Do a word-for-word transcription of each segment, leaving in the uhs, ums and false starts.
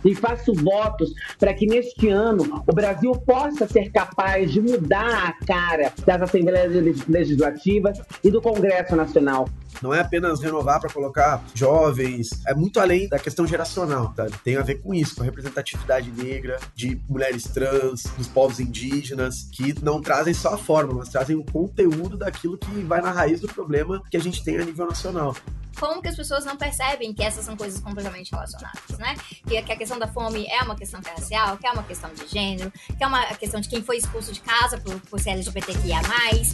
e faço votos para que neste ano o Brasil possa ser capaz de mudar a cara das Assembleias Legislativas e do Congresso Nacional. Não é apenas renovar para colocar jovens, é muito além da questão geracional, tá? Tem a ver com isso, com a representatividade negra, de mulheres trans, dos povos indígenas, que não trazem só a forma, mas trazem o conteúdo daquilo que vai na raiz do problema que a gente tem a nível nacional. Como que as pessoas não percebem que essas são coisas completamente relacionadas, né? Que a questão da fome é uma questão racial, que é uma questão de gênero, que é uma questão de quem foi expulso de casa por, por ser L G B T Q I A mais.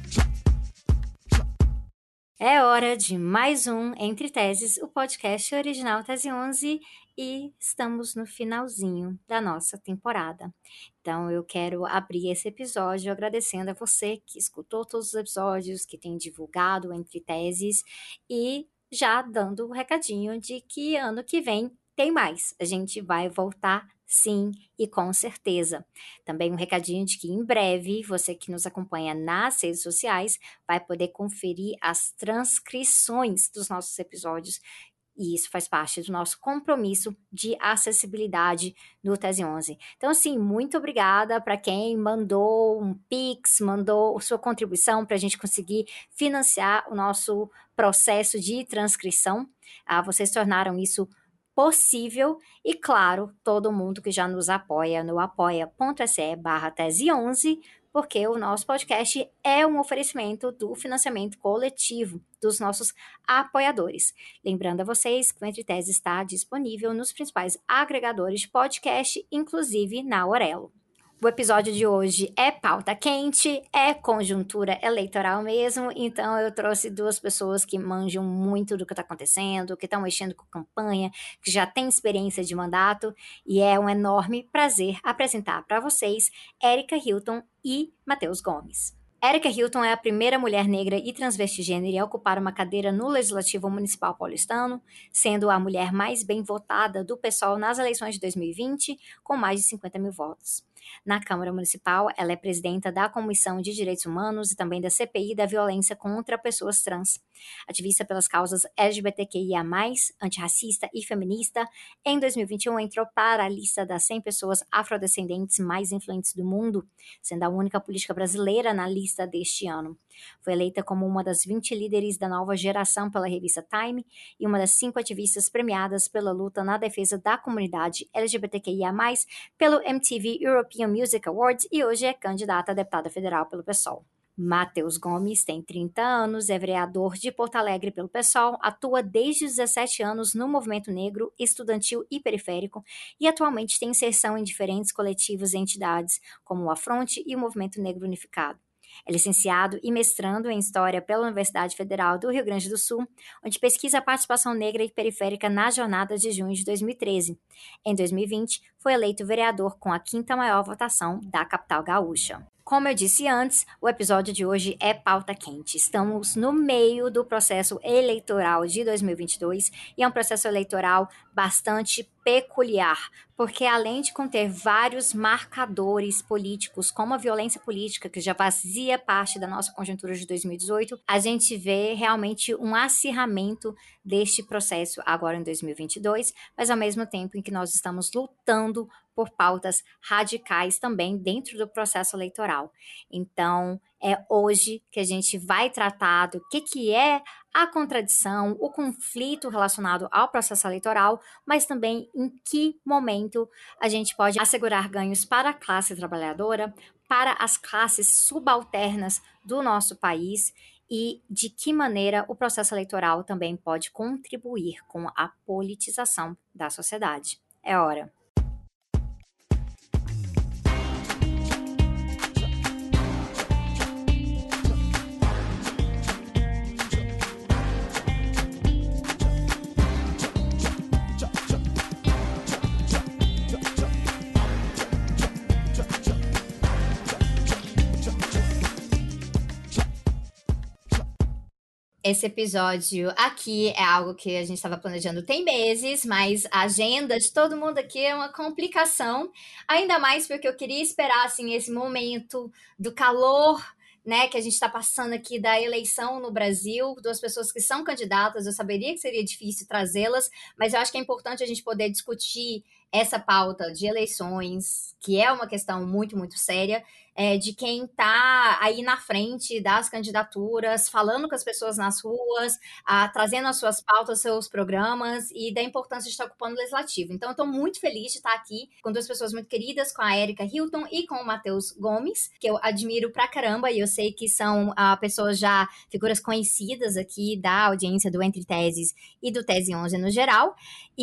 É hora de mais um Entre Teses, o podcast original Tese onze, e estamos no finalzinho da nossa temporada. Então eu quero abrir esse episódio agradecendo a você que escutou todos os episódios, que tem divulgado Entre Teses e já dando o recadinho de que ano que vem tem mais. A gente vai voltar sim, e com certeza. Também um recadinho de que em breve, você que nos acompanha nas redes sociais vai poder conferir as transcrições dos nossos episódios, e isso faz parte do nosso compromisso de acessibilidade do Tese onze. Então, assim, muito obrigada para quem mandou um Pix, mandou sua contribuição para a gente conseguir financiar o nosso processo de transcrição. Ah, vocês tornaram isso possível, e claro, todo mundo que já nos apoia no apoia.se barra tese onze, porque o nosso podcast é um oferecimento do financiamento coletivo dos nossos apoiadores. Lembrando a vocês que o Entre Teses está disponível nos principais agregadores de podcast, inclusive na Aurelo. O episódio de hoje é pauta quente, é conjuntura eleitoral mesmo, então eu trouxe duas pessoas que manjam muito do que está acontecendo, que estão mexendo com campanha, que já têm experiência de mandato, e é um enorme prazer apresentar para vocês Érica Hilton e Matheus Gomes. Érica Hilton é a primeira mulher negra e transvestigênero a ocupar uma cadeira no Legislativo Municipal paulistano, sendo a mulher mais bem votada do PSOL nas eleições de dois mil e vinte, com mais de cinquenta mil votos. Na Câmara Municipal, ela é presidenta da Comissão de Direitos Humanos e também da C P I da Violência contra Pessoas Trans. Ativista pelas causas L G B T Q I A mais, antirracista e feminista, em dois mil e vinte e um entrou para a lista das cem pessoas afrodescendentes mais influentes do mundo, sendo a única política brasileira na lista deste ano. Foi eleita como uma das vinte líderes da nova geração pela revista Time e uma das cinco ativistas premiadas pela luta na defesa da comunidade L G B T Q I A mais, pelo M T V European Music Awards, e hoje é candidata a deputada federal pelo PSOL. Matheus Gomes tem trinta anos, é vereador de Porto Alegre pelo PSOL, atua desde os dezessete anos no movimento negro, estudantil e periférico, e atualmente tem inserção em diferentes coletivos e entidades, como o Afronte e o Movimento Negro Unificado. É licenciado e mestrando em História pela Universidade Federal do Rio Grande do Sul, onde pesquisa a participação negra e periférica nas jornadas de junho de dois mil e treze. Em dois mil e vinte, foi eleito vereador com a quinta maior votação da capital gaúcha. Como eu disse antes, o episódio de hoje é pauta quente. Estamos no meio do processo eleitoral de dois mil e vinte e dois e é um processo eleitoral bastante peculiar, porque além de conter vários marcadores políticos, como a violência política, que já fazia parte da nossa conjuntura de dois mil e dezoito, a gente vê realmente um acirramento deste processo agora em dois mil e vinte e dois, mas ao mesmo tempo em que nós estamos lutando por pautas radicais também dentro do processo eleitoral. Então, é hoje que a gente vai tratar do que, que é a contradição, o conflito relacionado ao processo eleitoral, mas também em que momento a gente pode assegurar ganhos para a classe trabalhadora, para as classes subalternas do nosso país, e de que maneira o processo eleitoral também pode contribuir com a politização da sociedade. É hora. Esse episódio aqui é algo que a gente estava planejando tem meses, mas a agenda de todo mundo aqui é uma complicação, ainda mais porque eu queria esperar assim, esse momento do calor, né, que a gente está passando aqui da eleição no Brasil, duas pessoas que são candidatas. Eu saberia que seria difícil trazê-las, mas eu acho que é importante a gente poder discutir essa pauta de eleições, que é uma questão muito, muito séria, é, de quem está aí na frente das candidaturas, falando com as pessoas nas ruas, a, trazendo as suas pautas, seus programas, e da importância de estar ocupando o legislativo. Então, eu estou muito feliz de estar aqui com duas pessoas muito queridas, com a Érica Hilton e com o Matheus Gomes, que eu admiro pra caramba, e eu sei que são a, pessoas já, figuras conhecidas aqui da audiência do Entre Teses e do Tese onze no geral.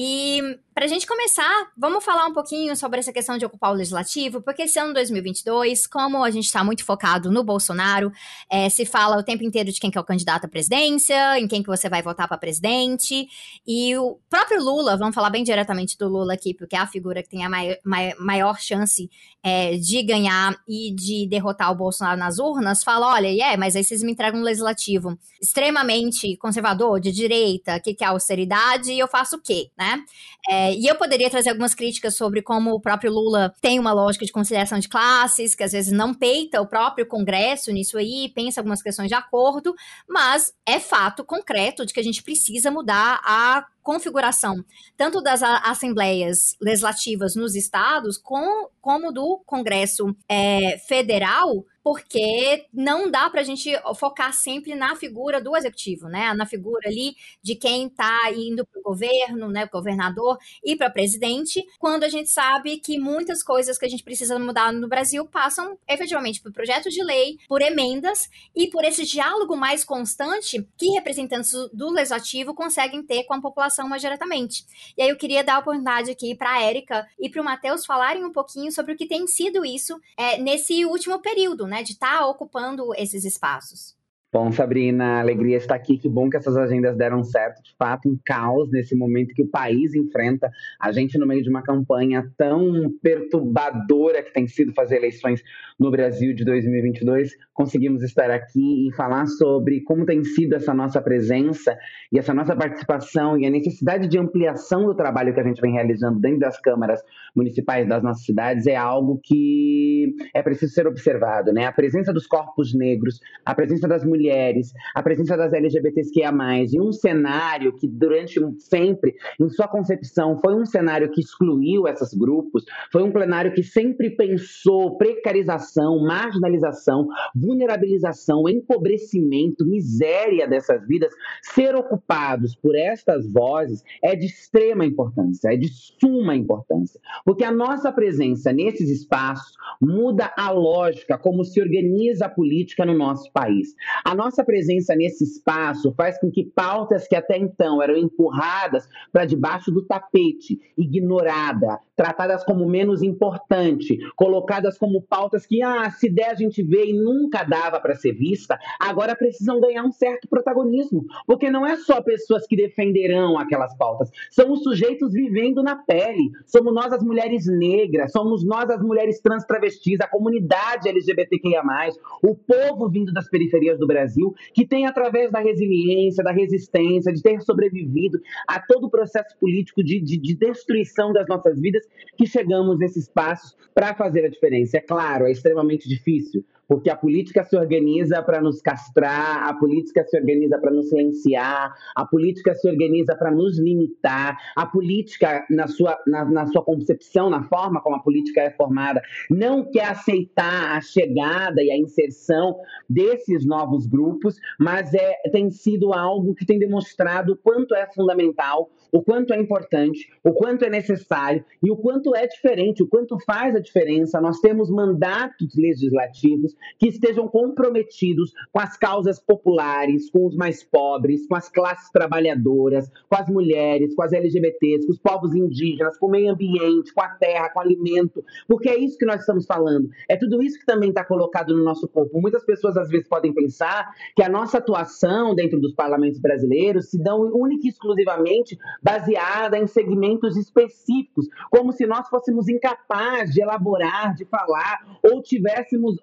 E para a gente começar, vamos falar um pouquinho sobre essa questão de ocupar o legislativo, porque esse ano dois mil e vinte e dois, como a gente está muito focado no Bolsonaro, é, se fala o tempo inteiro de quem que é o candidato à presidência, em quem que você vai votar para presidente, e o próprio Lula, vamos falar bem diretamente do Lula aqui, porque é a figura que tem a mai, mai, maior chance é, de ganhar e de derrotar o Bolsonaro nas urnas, fala, olha, é, yeah, mas aí vocês me entregam um legislativo extremamente conservador, de direita, que quer austeridade, e eu faço o quê, né? É, e eu poderia trazer algumas críticas sobre como o próprio Lula tem uma lógica de conciliação de classes, que às vezes não peita o próprio Congresso nisso aí, pensa algumas questões de acordo, mas é fato concreto de que a gente precisa mudar a configuração, tanto das assembleias legislativas nos estados, com, como do Congresso é, federal, porque não dá para a gente focar sempre na figura do executivo, né? Na figura ali de quem está indo para o governo, né? Governador e para presidente, quando a gente sabe que muitas coisas que a gente precisa mudar no Brasil passam efetivamente por projetos de lei, por emendas e por esse diálogo mais constante que representantes do legislativo conseguem ter com a população mais diretamente. E aí eu queria dar a oportunidade aqui para a Érica e para o Matheus falarem um pouquinho sobre o que tem sido isso é, nesse último período, né? De estar ocupando esses espaços. Bom, Sabrina, alegria estar aqui, que bom que essas agendas deram certo, de fato, um caos nesse momento que o país enfrenta, a gente no meio de uma campanha tão perturbadora que tem sido fazer eleições no Brasil de dois mil e vinte e dois, conseguimos estar aqui e falar sobre como tem sido essa nossa presença e essa nossa participação e a necessidade de ampliação do trabalho que a gente vem realizando dentro das câmaras municipais das nossas cidades é algo que é preciso ser observado, né? A presença dos corpos negros, a presença das mulheres, mulheres, a presença das L G B T Q I A mais, e um cenário que durante sempre, em sua concepção, foi um cenário que excluiu esses grupos, foi um plenário que sempre pensou precarização, marginalização, vulnerabilização, empobrecimento, miséria dessas vidas, ser ocupados por estas vozes é de extrema importância, é de suma importância, porque a nossa presença nesses espaços muda a lógica como se organiza a política no nosso país. A nossa presença nesse espaço faz com que pautas que até então eram empurradas para debaixo do tapete, ignoradas, tratadas como menos importante, colocadas como pautas que, ah, se der a gente vê e nunca dava para ser vista, agora precisam ganhar um certo protagonismo, porque não é só pessoas que defenderão aquelas pautas, são os sujeitos vivendo na pele, somos nós as mulheres negras, somos nós as mulheres trans travestis, a comunidade L G B T Q I A mais, o povo vindo das periferias do Brasil, que tem, através da resiliência, da resistência, de ter sobrevivido a todo o processo político de, de, de destruição das nossas vidas, que chegamos nesses espaços para fazer a diferença. É claro, é extremamente difícil, porque a política se organiza para nos castrar, a política se organiza para nos silenciar, a política se organiza para nos limitar, a política, na sua, na, na sua concepção, na forma como a política é formada, não quer aceitar a chegada e a inserção desses novos grupos, mas é, tem sido algo que tem demonstrado o quanto é fundamental, o quanto é importante, o quanto é necessário e o quanto é diferente, o quanto faz a diferença. Nós temos mandatos legislativos que estejam comprometidos com as causas populares, com os mais pobres, com as classes trabalhadoras, com as mulheres, com as L G B Ts, com os povos indígenas, com o meio ambiente, com a terra, com o alimento, porque é isso que nós estamos falando. É tudo isso que também está colocado no nosso corpo. Muitas pessoas às vezes podem pensar que a nossa atuação dentro dos parlamentos brasileiros se dão única e exclusivamente baseada em segmentos específicos, como se nós fôssemos incapazes de elaborar, de falar, ou tivéssemos ou não tivéssemos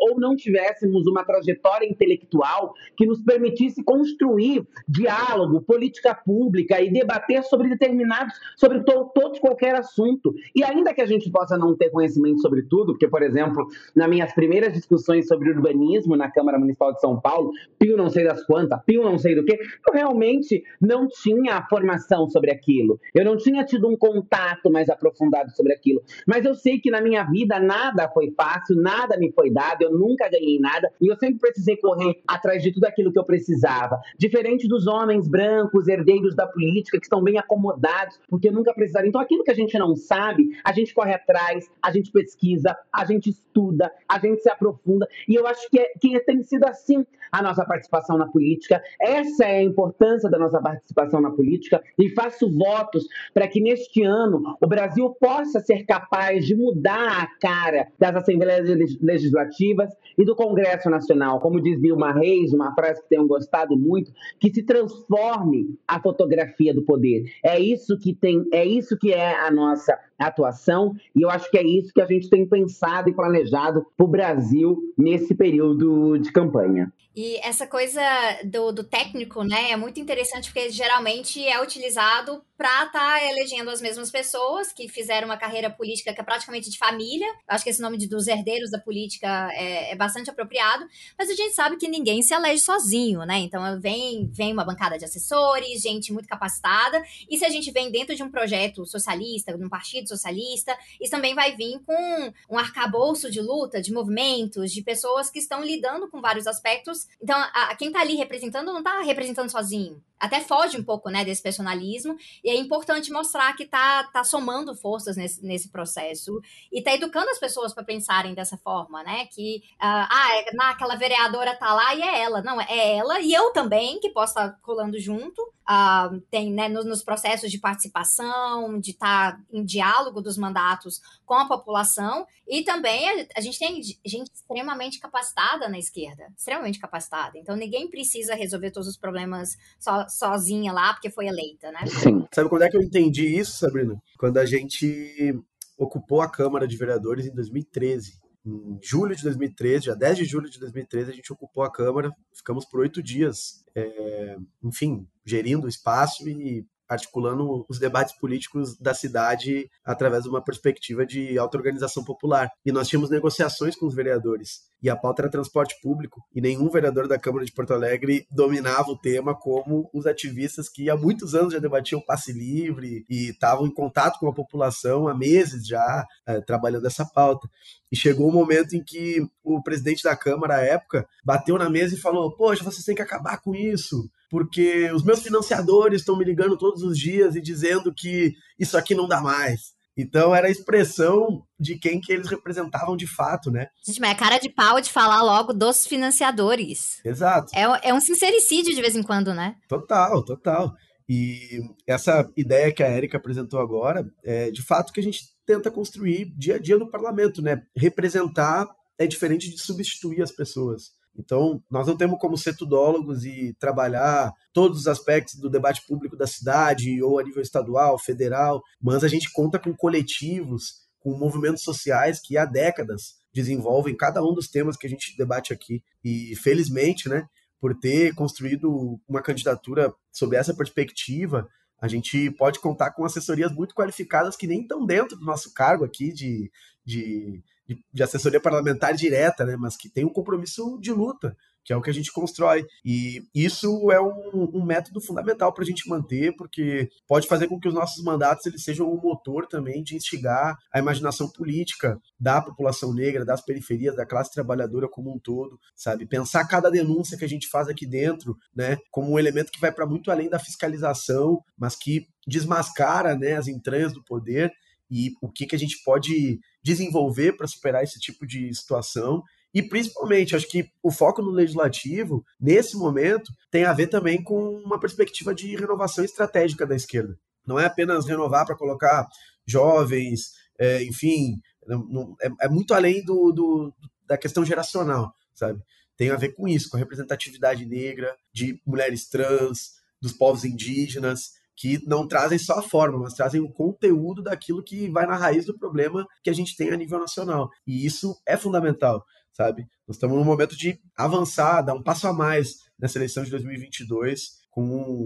tivéssemos uma trajetória intelectual que nos permitisse construir diálogo, política pública e debater sobre determinados, sobre to, todos qualquer assunto. E ainda que a gente possa não ter conhecimento sobre tudo, porque, por exemplo, nas minhas primeiras discussões sobre urbanismo na Câmara Municipal de São Paulo, pio não sei das quantas, pio não sei do que, eu realmente não tinha formação sobre aquilo. Eu não tinha tido um contato mais aprofundado sobre aquilo. Mas eu sei que na minha vida nada foi fácil, nada me foi dado, eu nunca ganhei nada, e eu sempre precisei correr atrás de tudo aquilo que eu precisava. Diferente dos homens brancos, herdeiros da política, que estão bem acomodados, porque nunca precisaram. Então, aquilo que a gente não sabe, a gente corre atrás, a gente pesquisa, a gente estuda, a gente se aprofunda, e eu acho que, é, que tem sido assim a nossa participação na política. Essa é a importância da nossa participação na política, e faço votos para que neste ano o Brasil possa ser capaz de mudar a cara das Assembleias Legislativas e do Congresso Nacional. Como diz Vilma Reis, uma frase que tenho gostado muito, que se transforme a fotografia do poder. É isso que tem, é isso que é a nossa atuação, e eu acho que é isso que a gente tem pensado e planejado para o Brasil nesse período de campanha. E essa coisa do, do técnico, né, é muito interessante porque geralmente é utilizado para estar tá elegendo as mesmas pessoas que fizeram uma carreira política que é praticamente de família. Acho que esse nome de, dos herdeiros da política é, é bastante apropriado, mas a gente sabe que ninguém se elege sozinho, né? Então vem, vem uma bancada de assessores, gente muito capacitada, e se a gente vem dentro de um projeto socialista, de um partido socialista, isso também vai vir com um arcabouço de luta, de movimentos, de pessoas que estão lidando com vários aspectos. Então, a, a quem está ali representando não está representando sozinho. Até foge um pouco, né, desse personalismo, e é importante mostrar que está tá somando forças nesse, nesse processo e está educando as pessoas para pensarem dessa forma, né, que, uh, ah, é, aquela vereadora tá lá e é ela. Não, é ela e eu também, que posso estar tá colando junto, uh, tem, né, nos, nos processos de participação, de estar tá em diálogo dos mandatos com a população, e também a, a gente tem gente extremamente capacitada na esquerda, extremamente capacitada, então ninguém precisa resolver todos os problemas só sozinha lá, porque foi eleita, né? Sim. Sabe quando é que eu entendi isso, Sabrina? Quando a gente ocupou a Câmara de Vereadores em dois mil e treze. Em julho de dois mil e treze, dia dez de julho de dois mil e treze, a gente ocupou a Câmara, ficamos por oito dias, é, enfim, gerindo o espaço e articulando os debates políticos da cidade através de uma perspectiva de auto-organização popular. E nós tínhamos negociações com os vereadores. E a pauta era transporte público. E nenhum vereador da Câmara de Porto Alegre dominava o tema como os ativistas que há muitos anos já debatiam passe livre e estavam em contato com a população há meses já, é, trabalhando essa pauta. E chegou um momento em que o presidente da Câmara, à época, bateu na mesa e falou: poxa, vocês têm que acabar com isso, porque os meus financiadores estão me ligando todos os dias e dizendo que isso aqui não dá mais. Então era a expressão de quem que eles representavam de fato, né? Gente, mas é cara de pau de falar logo dos financiadores. Exato. É, é um sincericídio de vez em quando, né? Total, total. E essa ideia que a Érica apresentou agora, é de fato que a gente tenta construir dia a dia no parlamento, né? Representar é diferente de substituir as pessoas. Então, nós não temos como ser tudólogos e trabalhar todos os aspectos do debate público da cidade, ou a nível estadual, federal, mas a gente conta com coletivos, com movimentos sociais que há décadas desenvolvem cada um dos temas que a gente debate aqui. E, felizmente, né, por ter construído uma candidatura sob essa perspectiva, a gente pode contar com assessorias muito qualificadas que nem estão dentro do nosso cargo aqui de... de De, de assessoria parlamentar direta, né, mas que tem um compromisso de luta, que é o que a gente constrói. E isso é um, um método fundamental para a gente manter, porque pode fazer com que os nossos mandatos eles sejam um motor também de instigar a imaginação política da população negra, das periferias, da classe trabalhadora como um todo, sabe? Pensar cada denúncia que a gente faz aqui dentro, né, como um elemento que vai para muito além da fiscalização, mas que desmascara, né, as entranhas do poder e o que, que a gente pode desenvolver para superar esse tipo de situação. E, principalmente, acho que o foco no legislativo, nesse momento, tem a ver também com uma perspectiva de renovação estratégica da esquerda. Não é apenas renovar para colocar jovens, é, enfim, não, não, é, é muito além do, do, da questão geracional, sabe? Tem a ver com isso, com a representatividade negra, de mulheres trans, dos povos indígenas, que não trazem só a forma, mas trazem o conteúdo daquilo que vai na raiz do problema que a gente tem a nível nacional. E isso é fundamental, sabe? Nós estamos num momento de avançar, dar um passo a mais nessa eleição de dois mil e vinte e dois com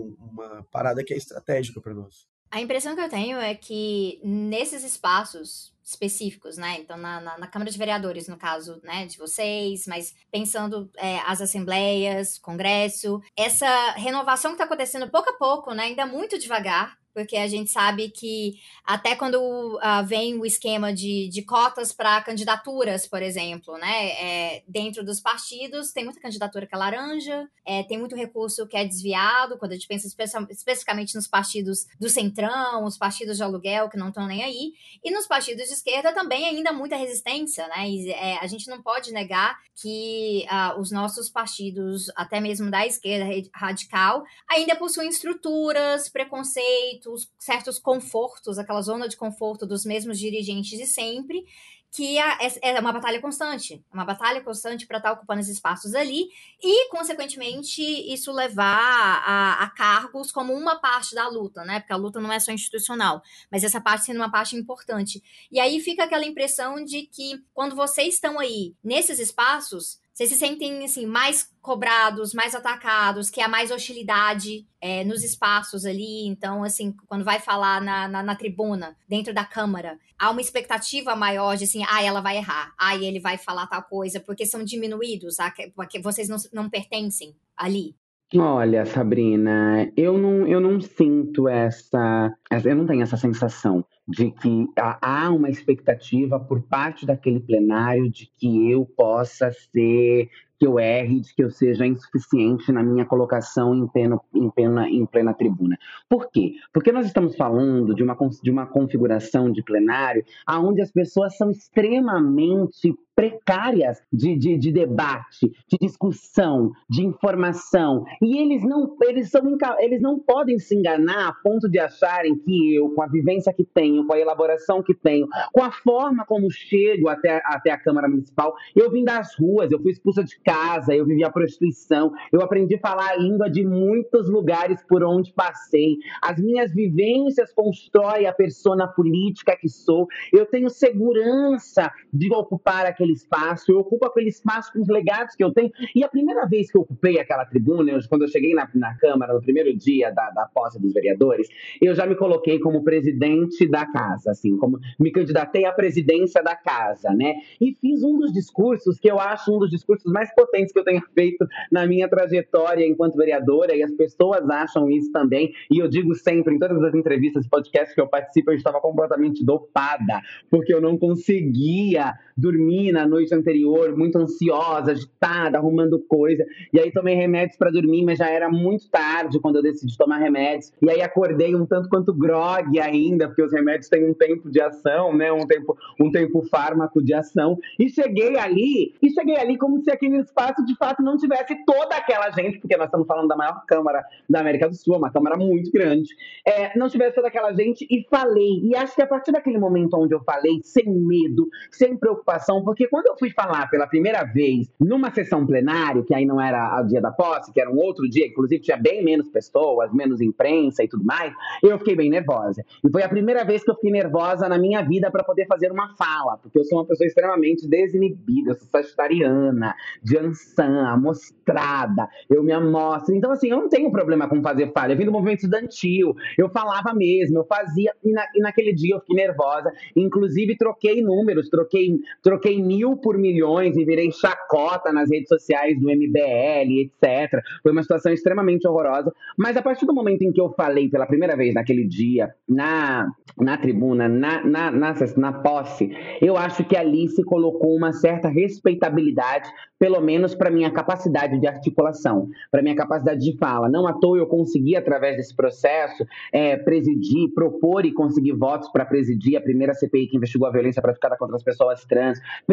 uma parada que é estratégica para nós. A impressão que eu tenho é que nesses espaços específicos, né? Então, na, na, na Câmara de Vereadores, no caso, né, de vocês, mas pensando é, as assembleias, Congresso, essa renovação que está acontecendo pouco a pouco, né? Ainda muito devagar, porque a gente sabe que até quando uh, vem o esquema de, de cotas para candidaturas, por exemplo, né, é, dentro dos partidos, tem muita candidatura que é laranja, é, tem muito recurso que é desviado, quando a gente pensa espe- especificamente nos partidos do centrão, os partidos de aluguel que não estão nem aí, e nos partidos de esquerda também ainda muita resistência, né, e, é, a gente não pode negar que uh, os nossos partidos, até mesmo da esquerda radical, ainda possuem estruturas, preconceitos, certos confortos, aquela zona de conforto dos mesmos dirigentes de sempre, que é uma batalha constante, uma batalha constante para estar ocupando esses espaços ali e, consequentemente, isso levar a, a cargos como uma parte da luta, né? Porque a luta não é só institucional, mas essa parte sendo uma parte importante. E aí fica aquela impressão de que quando vocês estão aí nesses espaços, vocês se sentem assim, mais cobrados, mais atacados, que há mais hostilidade é, nos espaços ali. Então, assim, quando vai falar na, na, na tribuna, dentro da Câmara, há uma expectativa maior de assim, ah, ela vai errar, ah, ele vai falar tal coisa, porque são diminuídos, ah, porque vocês não, não pertencem ali. Olha, Sabrina, eu não, eu não sinto essa, essa, eu não tenho essa sensação de que há uma expectativa por parte daquele plenário de que eu possa ser, que eu erre, de que eu seja insuficiente na minha colocação em plena, em plena, em plena tribuna. Por quê? Porque nós estamos falando de uma, de uma configuração de plenário onde as pessoas são extremamente precárias de, de, de debate, de discussão, de informação. E eles não, eles, são, eles não podem se enganar a ponto de acharem que eu, com a vivência que tenho, com a elaboração que tenho, com a forma como chego até, até a Câmara Municipal, eu vim das ruas, eu fui expulsa de casa, eu vivi a prostituição, eu aprendi a falar a língua de muitos lugares por onde passei. As minhas vivências constroem a persona política que sou. Eu tenho segurança de ocupar aquele espaço, eu ocupo aquele espaço com os legados que eu tenho. E a primeira vez que eu ocupei aquela tribuna, eu, quando eu cheguei na, na Câmara, no primeiro dia da, da posse dos vereadores, eu já me coloquei como presidente da casa, assim, como me candidatei à presidência da casa, né? E fiz um dos discursos que eu acho um dos discursos mais potentes que eu tenho feito na minha trajetória enquanto vereadora, e as pessoas acham isso também, e eu digo sempre, em todas as entrevistas e podcasts que eu participo, eu estava completamente dopada, porque eu não conseguia dormir na noite anterior, muito ansiosa, agitada, arrumando coisa, e aí tomei remédios para dormir, mas já era muito tarde quando eu decidi tomar remédios, e aí acordei um tanto quanto grogue ainda, porque os remédios têm um tempo de ação, né, um tempo, um tempo fármaco de ação, e cheguei ali, e cheguei ali como se aquele espaço de fato não tivesse toda aquela gente, porque nós estamos falando da maior Câmara da América do Sul, uma Câmara muito grande, é, não tivesse toda aquela gente, e falei, e acho que a partir daquele momento onde eu falei, sem medo, sem preocupação, porque quando eu fui falar pela primeira vez numa sessão plenária, que aí não era o dia da posse, que era um outro dia, inclusive tinha bem menos pessoas, menos imprensa e tudo mais, eu fiquei bem nervosa. E foi a primeira vez que eu fiquei nervosa na minha vida para poder fazer uma fala, porque eu sou uma pessoa extremamente desinibida, eu sou sagitariana, de ançã, amostrada, eu me amostro. Então, assim, eu não tenho problema com fazer fala. Eu vim do movimento estudantil, eu falava mesmo, eu fazia, e, na, e naquele dia eu fiquei nervosa, inclusive troquei números, troquei, troquei mil por milhões e virei chacota nas redes sociais do M B L, etcétera. Foi uma situação extremamente horrorosa, mas a partir do momento em que eu falei pela primeira vez naquele dia, na, na tribuna, na, na, na, na posse, eu acho que ali se colocou uma certa respeitabilidade, pelo menos para minha capacidade de articulação, para minha capacidade de fala. Não à toa eu consegui, através desse processo, é, presidir, propor e conseguir votos para presidir a primeira C P I que investigou a violência praticada contra as pessoas trans,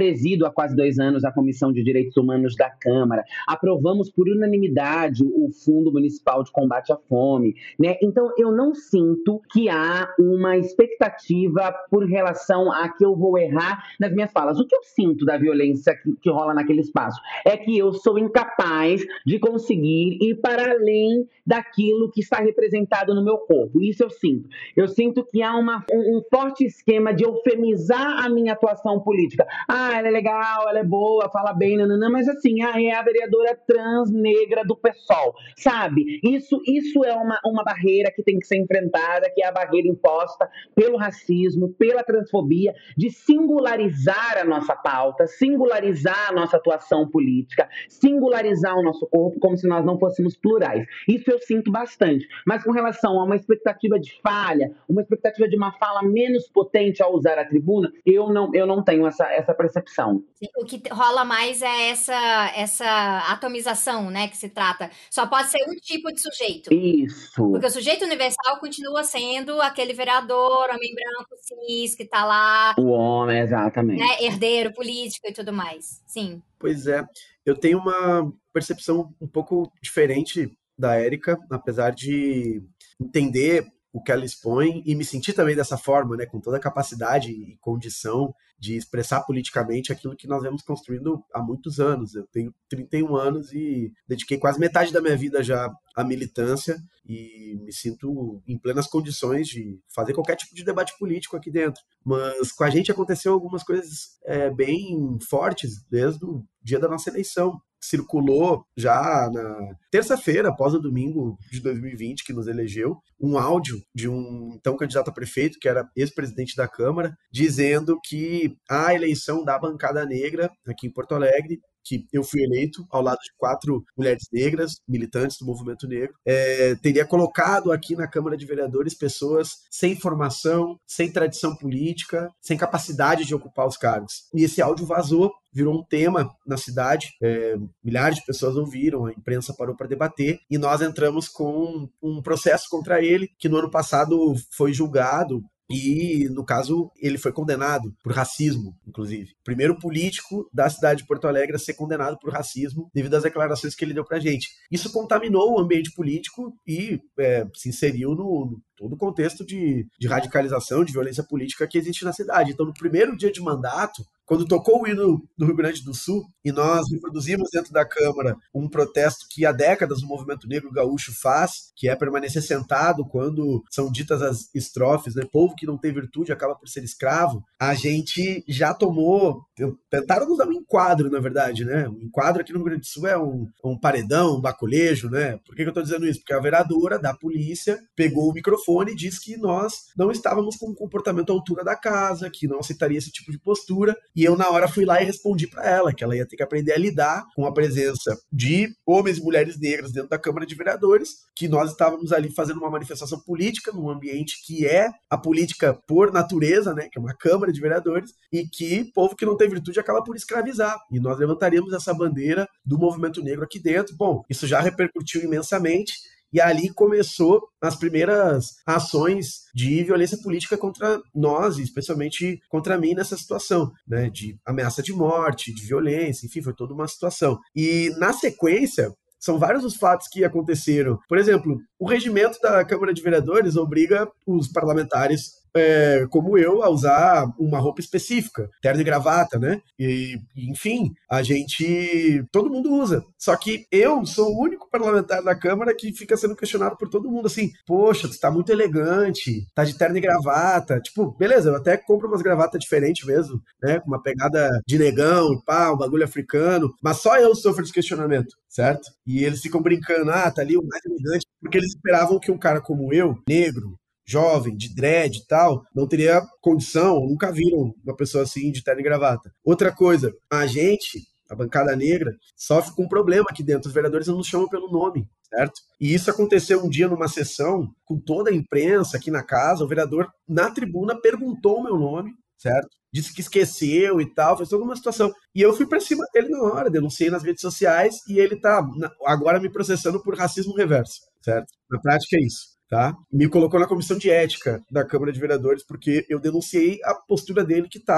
presido há quase dois anos a Comissão de Direitos Humanos da Câmara. Aprovamos por unanimidade o Fundo Municipal de Combate à Fome, né? Então, eu não sinto que há uma expectativa por relação a que eu vou errar nas minhas falas. O que eu sinto da violência que, que rola naquele espaço é que eu sou incapaz de conseguir ir para além daquilo que está representado no meu corpo. Isso eu sinto. Eu sinto que há uma, um, um forte esquema de eufemizar a minha atuação política. Ah, ela é legal, ela é boa, fala bem, nananã, mas assim, ah, é a vereadora trans negra do PSOL, sabe? Isso, isso é uma, uma barreira que tem que ser enfrentada, que é a barreira imposta pelo racismo, pela transfobia, de singularizar a nossa pauta, singularizar a nossa atuação política, singularizar o nosso corpo como se nós não fôssemos plurais. Isso eu sinto bastante. Mas com relação a uma expectativa de falha, uma expectativa de uma fala menos potente ao usar a tribuna, eu não, eu não tenho essa, essa percepção. O que rola mais é essa, essa atomização, né, que se trata. Só pode ser um tipo de sujeito. Isso. Porque o sujeito universal continua sendo aquele vereador, homem branco, cis, que tá lá. O homem, exatamente. Né, herdeiro político e tudo mais. Sim. Pois é. Eu tenho uma percepção um pouco diferente da Érica, apesar de entender o que ela expõe e me sentir também dessa forma, né, com toda a capacidade e condição de expressar politicamente aquilo que nós vemos construindo há muitos anos. Eu tenho trinta e um anos e dediquei quase metade da minha vida já à militância e me sinto em plenas condições de fazer qualquer tipo de debate político aqui dentro. Mas com a gente aconteceu algumas coisas é, bem fortes desde o dia da nossa eleição. Circulou já na terça-feira, após o domingo de dois mil e vinte, que nos elegeu, um áudio de um então candidato a prefeito, que era ex-presidente da Câmara, dizendo que a eleição da bancada negra aqui em Porto Alegre, que eu fui eleito ao lado de quatro mulheres negras, militantes do movimento negro, é, teria colocado aqui na Câmara de Vereadores pessoas sem formação, sem tradição política, sem capacidade de ocupar os cargos. E esse áudio vazou, virou um tema na cidade, é, milhares de pessoas ouviram, a imprensa parou para debater, e nós entramos com um processo contra ele, que no ano passado foi julgado, e, no caso, ele foi condenado por racismo, inclusive. Primeiro político da cidade de Porto Alegre a ser condenado por racismo devido às declarações que ele deu pra gente. Isso contaminou o ambiente político e é, se inseriu no, no todo o contexto de, de radicalização, de violência política que existe na cidade. Então, no primeiro dia de mandato, quando tocou o hino do Rio Grande do Sul e nós reproduzimos dentro da Câmara um protesto que há décadas o movimento negro gaúcho faz, que é permanecer sentado quando são ditas as estrofes, né? Povo que não tem virtude acaba por ser escravo, a gente já tomou, tentaram nos dar um enquadro, na verdade, né? Um enquadro aqui no Rio Grande do Sul é um, um paredão, um baculejo, né? Por que que eu tô dizendo isso? Porque a vereadora da polícia pegou o microfone e disse que nós não estávamos com um comportamento à altura da casa, que não aceitaria esse tipo de postura. E eu, na hora, fui lá e respondi para ela que ela ia ter que aprender a lidar com a presença de homens e mulheres negras dentro da Câmara de Vereadores, que nós estávamos ali fazendo uma manifestação política num ambiente que é a política por natureza, né, que é uma Câmara de Vereadores, e que povo que não tem virtude acaba por escravizar. E nós levantaríamos essa bandeira do movimento negro aqui dentro. Bom, isso já repercutiu imensamente. E ali começou as primeiras ações de violência política contra nós, especialmente contra mim nessa situação, né, de ameaça de morte, de violência, enfim, foi toda uma situação. E na sequência, são vários os fatos que aconteceram. Por exemplo, o regimento da Câmara de Vereadores obriga os parlamentares, é, como eu, a usar uma roupa específica, terno e gravata, né? E, enfim, a gente... todo mundo usa. Só que eu sou o único parlamentar da Câmara que fica sendo questionado por todo mundo, assim, poxa, tu tá muito elegante, tá de terno e gravata. Tipo, beleza, eu até compro umas gravatas diferentes mesmo, né? Com uma pegada de negão e pá, um bagulho africano, mas só eu sofro esse questionamento, certo? E eles ficam brincando, ah, tá ali o mais elegante, porque eles esperavam que um cara como eu, negro, jovem, de dread e tal, não teria condição, nunca viram uma pessoa assim de terno e gravata. Outra coisa, a gente, a bancada negra, sofre com um problema aqui dentro, os vereadores não nos chamam pelo nome, certo? E isso aconteceu um dia numa sessão, com toda a imprensa aqui na casa, o vereador na tribuna perguntou o meu nome, certo? Disse que esqueceu e tal, fez toda uma situação. E eu fui pra cima dele na hora, denunciei nas redes sociais e ele tá agora me processando por racismo reverso, certo? Na prática é isso. Tá? Me colocou na comissão de ética da Câmara de Vereadores porque eu denunciei a postura dele que estava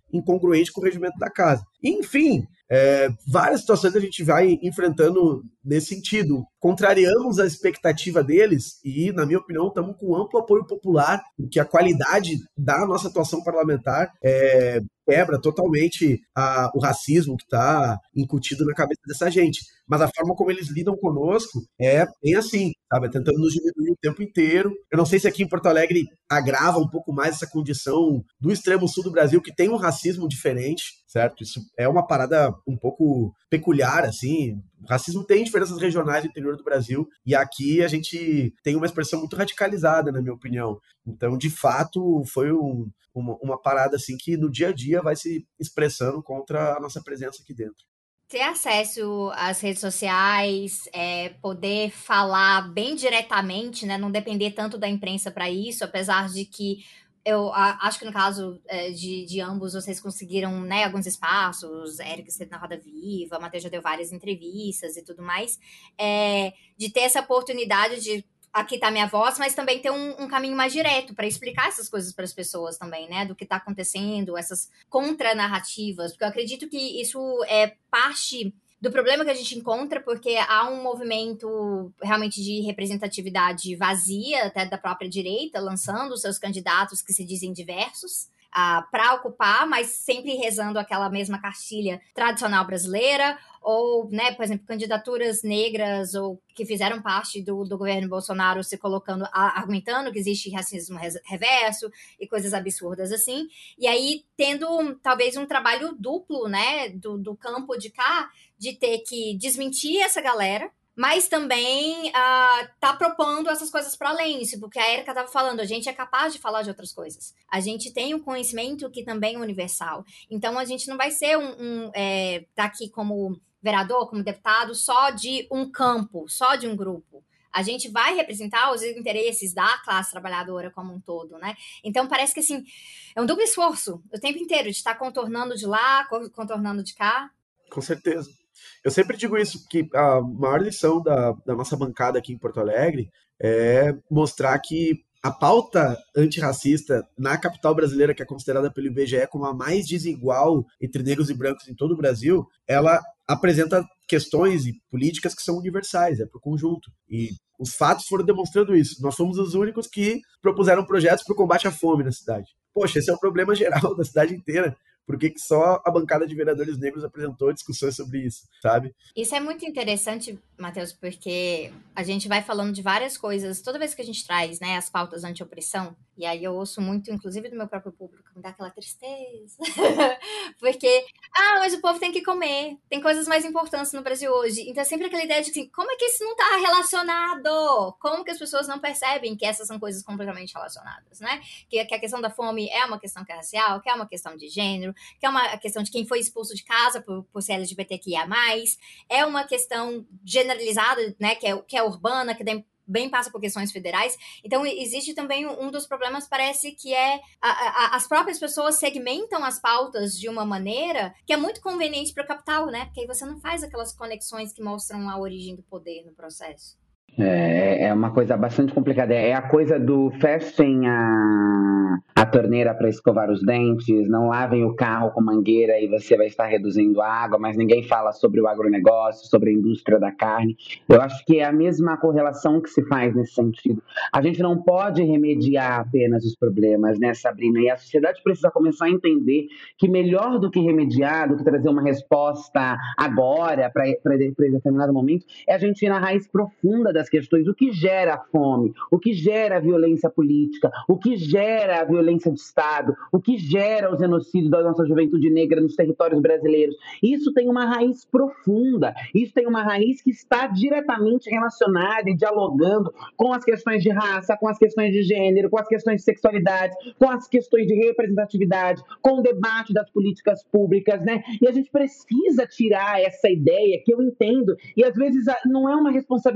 incongruente com o regimento da casa. Enfim, é, várias situações a gente vai enfrentando nesse sentido. Contrariamos a expectativa deles e, na minha opinião, estamos com amplo apoio popular, porque a qualidade da nossa atuação parlamentar é, quebra totalmente a, o racismo que está incutido na cabeça dessa gente. Mas a forma como eles lidam conosco é bem assim, sabe? Tentando nos diminuir o tempo inteiro. Eu não sei se aqui em Porto Alegre agrava um pouco mais essa condição do extremo sul do Brasil, que tem um racismo diferente, certo? Isso é uma parada um pouco peculiar, assim. O racismo tem diferenças regionais no interior do Brasil, e aqui a gente tem uma expressão muito radicalizada, na minha opinião. Então, de fato, foi um, uma, uma parada assim que no dia a dia vai se expressando contra a nossa presença aqui dentro. Ter acesso às redes sociais, é, poder falar bem diretamente, né, não depender tanto da imprensa para isso, apesar de que eu a, acho que no caso é, de, de ambos vocês conseguiram, né, alguns espaços, Érica esteve na Roda Viva, Matheus já deu várias entrevistas e tudo mais, é, de ter essa oportunidade de aqui tá minha voz, mas também ter um, um caminho mais direto para explicar essas coisas para as pessoas também, né? Do que tá acontecendo, essas contranarrativas, porque eu acredito que isso é parte do problema que a gente encontra, porque há um movimento realmente de representatividade vazia, até da própria direita, lançando seus candidatos que se dizem diversos, Uh, para ocupar, mas sempre rezando aquela mesma cartilha tradicional brasileira, ou, né, por exemplo, candidaturas negras ou que fizeram parte do, do governo Bolsonaro se colocando, a, argumentando que existe racismo reverso e coisas absurdas assim, e aí tendo talvez um trabalho duplo, né, do, do campo de cá, de ter que desmentir essa galera, mas também uh, tá propondo essas coisas para além, isso, porque a Érica estava falando, a gente é capaz de falar de outras coisas. A gente tem um conhecimento que também é universal. Então, a gente não vai ser um, um é, tá aqui como vereador, como deputado, só de um campo, só de um grupo. A gente vai representar os interesses da classe trabalhadora como um todo, né? Então, parece que, assim, é um duplo esforço o tempo inteiro, de estar contornando de lá, contornando de cá. Com certeza. Eu sempre digo isso, que a maior lição da, da nossa bancada aqui em Porto Alegre é mostrar que a pauta antirracista na capital brasileira, que é considerada pelo I B G E como a mais desigual entre negros e brancos em todo o Brasil, ela apresenta questões e políticas que são universais, é para o conjunto. E os fatos foram demonstrando isso. Nós fomos os únicos que propuseram projetos para o combate à fome na cidade. Poxa, esse é o problema geral da cidade inteira. Por que só a bancada de vereadores negros apresentou discussões sobre isso, sabe? Isso é muito interessante, Matheus, porque a gente vai falando de várias coisas, toda vez que a gente traz, né, as pautas anti-opressão, e aí eu ouço muito, inclusive do meu próprio público, me dá aquela tristeza, porque, ah, mas o povo tem que comer, tem coisas mais importantes no Brasil hoje, então é sempre aquela ideia de assim, como é que isso não está relacionado? Como que as pessoas não percebem que essas são coisas completamente relacionadas, né? Que, que a questão da fome é uma questão que é racial, que é uma questão de gênero, que é uma questão de quem foi expulso de casa por, por ser L G B T Q I A mais, é uma questão generalizada, né, que é, que é urbana, que bem passa por questões federais. Então, existe também um dos problemas, parece que é a, a, as próprias pessoas segmentam as pautas de uma maneira que é muito conveniente para o capital, né, porque aí você não faz aquelas conexões que mostram a origem do poder no processo. É, é uma coisa bastante complicada. É a coisa do fechem a, a torneira para escovar os dentes, não lavem o carro com mangueira e você vai estar reduzindo a água, mas ninguém fala sobre o agronegócio, sobre a indústria da carne. Eu acho que é a mesma correlação que se faz nesse sentido. A gente não pode remediar apenas os problemas, né, Sabrina? E a sociedade precisa começar a entender que melhor do que remediar, do que trazer uma resposta agora para determinado momento, é a gente ir na raiz profunda das questões, o que gera a fome, o que gera a violência política, o que gera a violência de Estado, o que gera o genocídio da nossa juventude negra nos territórios brasileiros. Isso tem uma raiz profunda, isso tem uma raiz que está diretamente relacionada e dialogando com as questões de raça, com as questões de gênero, com as questões de sexualidade, com as questões de representatividade, com o debate das políticas públicas, né? E a gente precisa tirar essa ideia que eu entendo, e às vezes não é uma responsabilidade do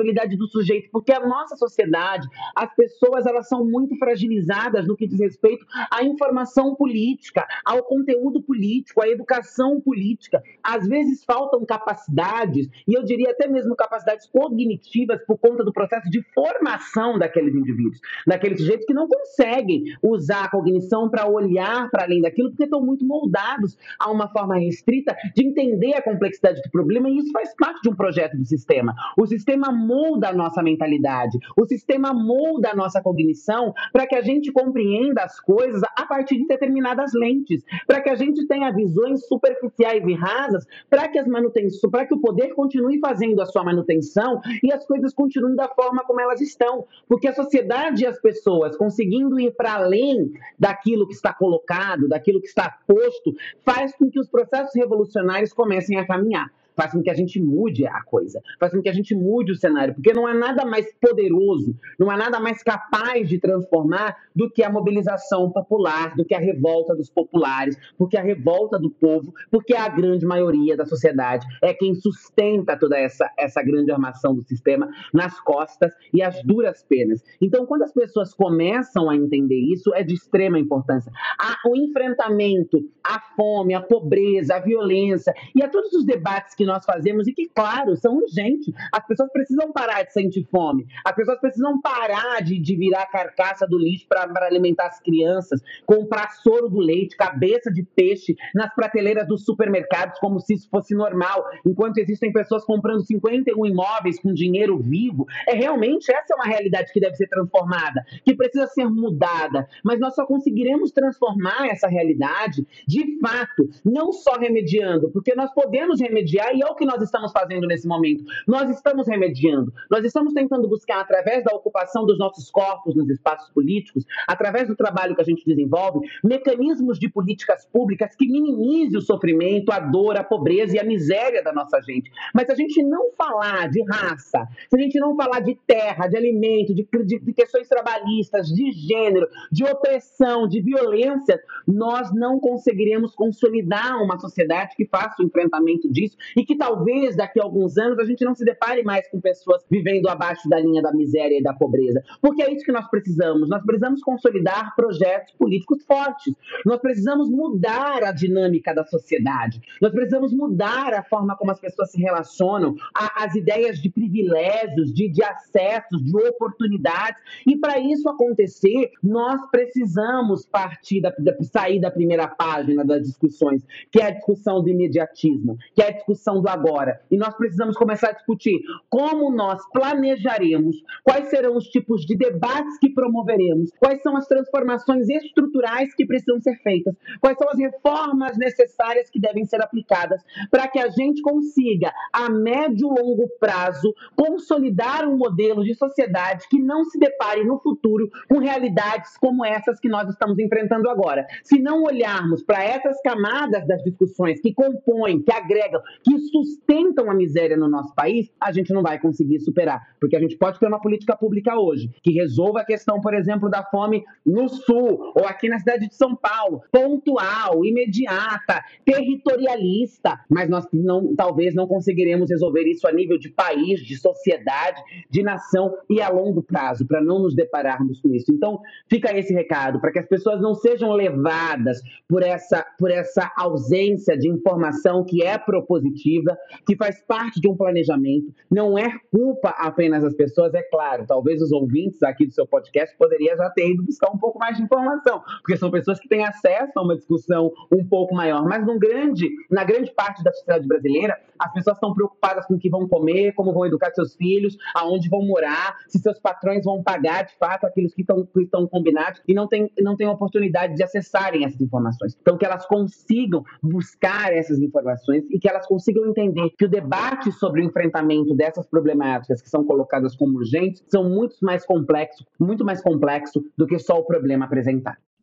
sujeito, porque a nossa sociedade, as pessoas, elas são muito fragilizadas no que diz respeito à informação política, ao conteúdo político, à educação política. Às vezes faltam capacidades, e eu diria até mesmo capacidades cognitivas por conta do processo de formação daqueles indivíduos, daqueles sujeitos que não conseguem usar a cognição para olhar para além daquilo, porque estão muito moldados a uma forma restrita de entender a complexidade do problema, e isso faz parte de um projeto do sistema. O sistema molda a nossa mentalidade, o sistema molda a nossa cognição para que a gente compreenda as coisas a partir de determinadas lentes, para que a gente tenha visões superficiais e rasas, para que as manutenções, para que o poder continue fazendo a sua manutenção e as coisas continuem da forma como elas estão, porque a sociedade e as pessoas conseguindo ir para além daquilo que está colocado, daquilo que está posto, faz com que os processos revolucionários comecem a caminhar. Faz com que a gente mude a coisa, faz com que a gente mude o cenário, porque não há nada mais poderoso, não há nada mais capaz de transformar do que a mobilização popular, do que a revolta dos populares, porque a revolta do povo, porque a grande maioria da sociedade é quem sustenta toda essa, essa grande armação do sistema nas costas e as duras penas. Então, quando as pessoas começam a entender isso, é de extrema importância. A, o enfrentamento à fome, à pobreza, à violência e a todos os debates que nós fazemos e que, claro, são urgentes. As pessoas precisam parar de sentir fome. As pessoas precisam parar de, de virar carcaça do lixo para alimentar as crianças, comprar soro do leite, cabeça de peixe nas prateleiras dos supermercados como se isso fosse normal, enquanto existem pessoas comprando cinquenta e um imóveis com dinheiro vivo. É realmente, essa é uma realidade que deve ser transformada, que precisa ser mudada, mas nós só conseguiremos transformar essa realidade, de fato, não só remediando, porque nós podemos remediar e é o que nós estamos fazendo nesse momento. Nós estamos remediando. Nós estamos tentando buscar, através da ocupação dos nossos corpos nos espaços políticos, através do trabalho que a gente desenvolve, mecanismos de políticas públicas que minimizem o sofrimento, a dor, a pobreza e a miséria da nossa gente. Mas se a gente não falar de raça, se a gente não falar de terra, de alimento, de, de, de questões trabalhistas, de gênero, de opressão, de violência, nós não conseguiremos consolidar uma sociedade que faça o enfrentamento disso e que talvez daqui a alguns anos a gente não se depare mais com pessoas vivendo abaixo da linha da miséria e da pobreza. Porque é isso que nós precisamos. Nós precisamos consolidar projetos políticos fortes. Nós precisamos mudar a dinâmica da sociedade. Nós precisamos mudar a forma como as pessoas se relacionam, a, as ideias de privilégios, de, de acessos, de oportunidades. E para isso acontecer, nós precisamos partir da, da, sair da primeira página das discussões, que é a discussão do imediatismo, que é a discussão do agora. E nós precisamos começar a discutir como nós planejaremos, quais serão os tipos de debates que promoveremos, quais são as transformações estruturais que precisam ser feitas, quais são as reformas necessárias que devem ser aplicadas para que a gente consiga, a médio e longo prazo, consolidar um modelo de sociedade que não se depare no futuro com realidades como essas que nós estamos enfrentando agora. Se não olharmos para essas camadas das discussões que compõem, que agregam, que sustentam a miséria no nosso país, a gente não vai conseguir superar. Porque a gente pode ter uma política pública hoje que resolva a questão, por exemplo, da fome no Sul, ou aqui na cidade de São Paulo, pontual, imediata, territorialista, mas nós não, talvez não conseguiremos resolver isso a nível de país, de sociedade, de nação e a longo prazo, para não nos depararmos com isso. Então, fica esse recado, para que as pessoas não sejam levadas por essa, por essa ausência de informação que é propositiva, que faz parte de um planejamento, não é culpa apenas das pessoas, é claro, talvez os ouvintes aqui do seu podcast poderiam já ter ido buscar um pouco mais de informação, porque são pessoas que têm acesso a uma discussão um pouco maior, mas num grande, na grande parte da sociedade brasileira, as pessoas estão preocupadas com o que vão comer, como vão educar seus filhos, aonde vão morar, se seus patrões vão pagar de fato aqueles que estão, que estão combinados e não tem, não tem oportunidade de acessarem essas informações. Então, que elas consigam buscar essas informações e que elas consigam entender que o debate sobre o enfrentamento dessas problemáticas que são colocadas como urgentes são muito mais complexos, muito mais complexo do que só o problema apresentado.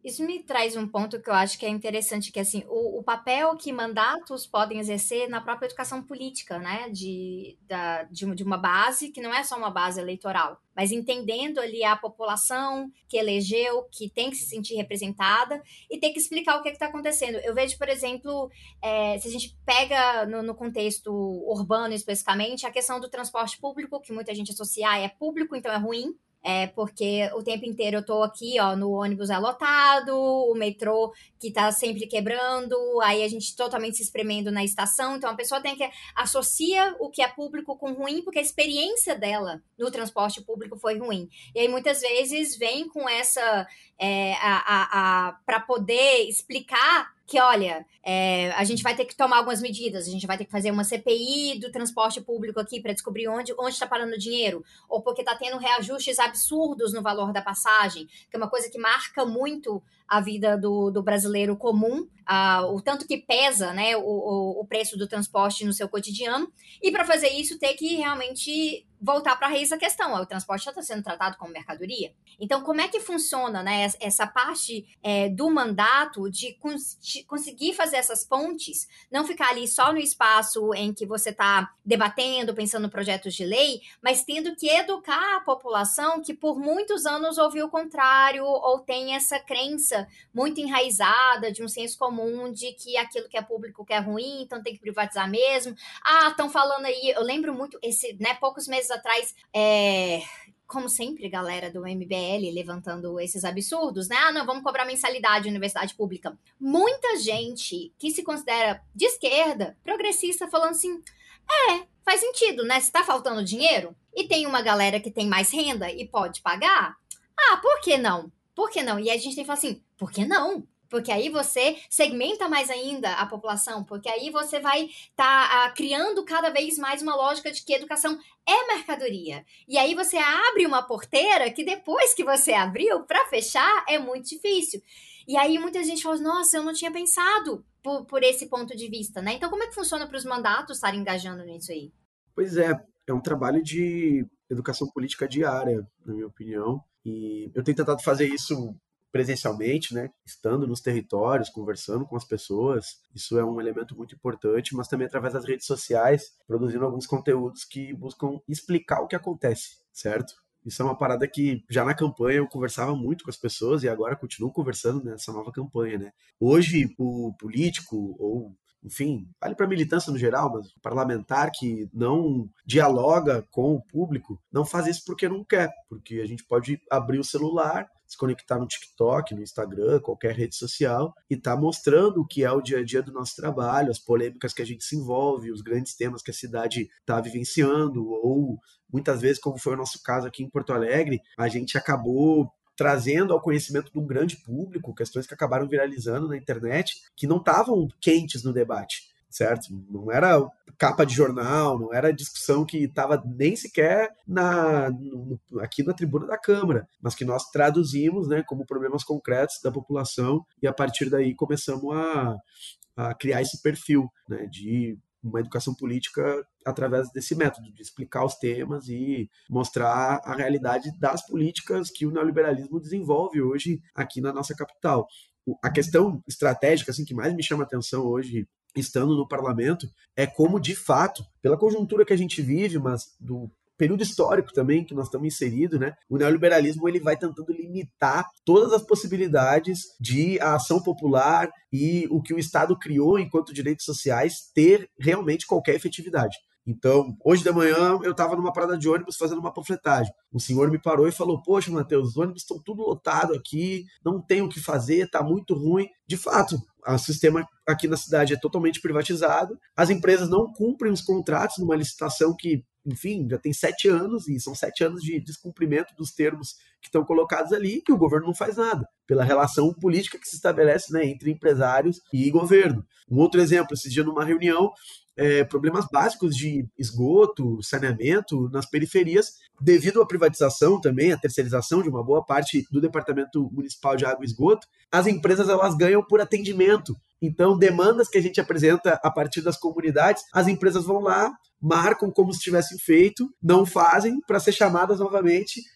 Isso me traz um ponto que eu acho que é interessante, que assim, o, o papel que mandatos podem exercer na própria educação política, né, de, da, de, de uma base que não é só uma base eleitoral, mas entendendo ali a população que elegeu, que tem que se sentir representada e tem que explicar o que está acontecendo. Eu vejo, por exemplo, é, se a gente pega no, no contexto urbano especificamente, a questão do transporte público, que muita gente associa, ah, é público, então é ruim. É porque o tempo inteiro eu tô aqui, ó, no ônibus é lotado, o metrô que tá sempre quebrando, aí a gente totalmente se espremendo na estação, então a pessoa tem que associa o que é público com ruim, porque a experiência dela no transporte público foi ruim. E aí muitas vezes vem com essa, é, a, a, a, para poder explicar que, olha, é, a gente vai ter que tomar algumas medidas, a gente vai ter que fazer uma C P I do transporte público aqui para descobrir onde onde está parando o dinheiro, ou porque está tendo reajustes absurdos no valor da passagem, que é uma coisa que marca muito a vida do, do brasileiro comum, ah, o tanto que pesa, né, o, o, o preço do transporte no seu cotidiano, e para fazer isso ter que realmente voltar para a raiz da questão, ó, o transporte já está sendo tratado como mercadoria. Então, como é que funciona, né, essa parte é, do mandato de, cons- de conseguir fazer essas pontes, não ficar ali só no espaço em que você está debatendo, pensando em projetos de lei, mas tendo que educar a população que por muitos anos ouviu o contrário ou tem essa crença muito enraizada de um senso comum de que aquilo que é público que é ruim, então tem que privatizar mesmo. Ah, estão falando aí, eu lembro muito, esse, né, poucos meses atrás, é, como sempre, galera do M B L levantando esses absurdos, né? Ah, não, vamos cobrar mensalidade em universidade pública. Muita gente que se considera de esquerda, progressista, falando assim, é, faz sentido, né? Se tá faltando dinheiro e tem uma galera que tem mais renda e pode pagar, ah, por que não? Por que não? E a gente tem que falar assim, por que não? Porque aí você segmenta mais ainda a população, porque aí você vai estar tá, ah, criando cada vez mais uma lógica de que educação é mercadoria. E aí você abre uma porteira que depois que você abriu, para fechar, é muito difícil. E aí muita gente fala, nossa, eu não tinha pensado por, por esse ponto de vista, né? Então como é que funciona para os mandatos estarem engajando nisso aí? Pois é, é um trabalho de educação política diária, na minha opinião, e eu tenho tentado fazer isso presencialmente, né, estando nos territórios, conversando com as pessoas. Isso é um elemento muito importante, mas também através das redes sociais, produzindo alguns conteúdos que buscam explicar o que acontece, certo? Isso é uma parada que já na campanha eu conversava muito com as pessoas e agora continuo conversando nessa nova campanha, né? Hoje, o político ou enfim, vale para a militância no geral, mas o parlamentar que não dialoga com o público não faz isso porque não quer, porque a gente pode abrir o celular, se conectar no TikTok, no Instagram, qualquer rede social, e tá mostrando o que é o dia a dia do nosso trabalho, as polêmicas que a gente se envolve, os grandes temas que a cidade está vivenciando, ou muitas vezes, como foi o nosso caso aqui em Porto Alegre, a gente acabou trazendo ao conhecimento de um grande público questões que acabaram viralizando na internet, que não estavam quentes no debate, certo? Não era capa de jornal, não era discussão que estava nem sequer na, no, aqui na tribuna da Câmara, mas que nós traduzimos, né, como problemas concretos da população e a partir daí começamos a, a criar esse perfil, né, de uma educação política através desse método, de explicar os temas e mostrar a realidade das políticas que o neoliberalismo desenvolve hoje aqui na nossa capital. A questão estratégica assim, que mais me chama a atenção hoje, estando no parlamento, é como, de fato, pela conjuntura que a gente vive, mas do período histórico também que nós estamos inseridos, né? O neoliberalismo ele vai tentando limitar todas as possibilidades de a ação popular e o que o Estado criou enquanto direitos sociais ter realmente qualquer efetividade. Então, hoje de manhã eu estava numa parada de ônibus fazendo uma panfletagem. O senhor me parou e falou, poxa, Matheus, os ônibus estão tudo lotado aqui, não tem o que fazer, está muito ruim. De fato, o sistema aqui na cidade é totalmente privatizado, as empresas não cumprem os contratos numa licitação que, enfim, já tem sete anos, e são sete anos de descumprimento dos termos que estão colocados ali, que o governo não faz nada, pela relação política que se estabelece, né, entre empresários e governo. Um outro exemplo, esse dia numa reunião, É, problemas básicos de esgoto, saneamento nas periferias, devido à privatização também, à terceirização de uma boa parte do Departamento Municipal de Água e Esgoto, as empresas elas ganham por atendimento. Então, demandas que a gente apresenta a partir das comunidades, as empresas vão lá, marcam como se tivessem feito, não fazem para ser chamadas novamente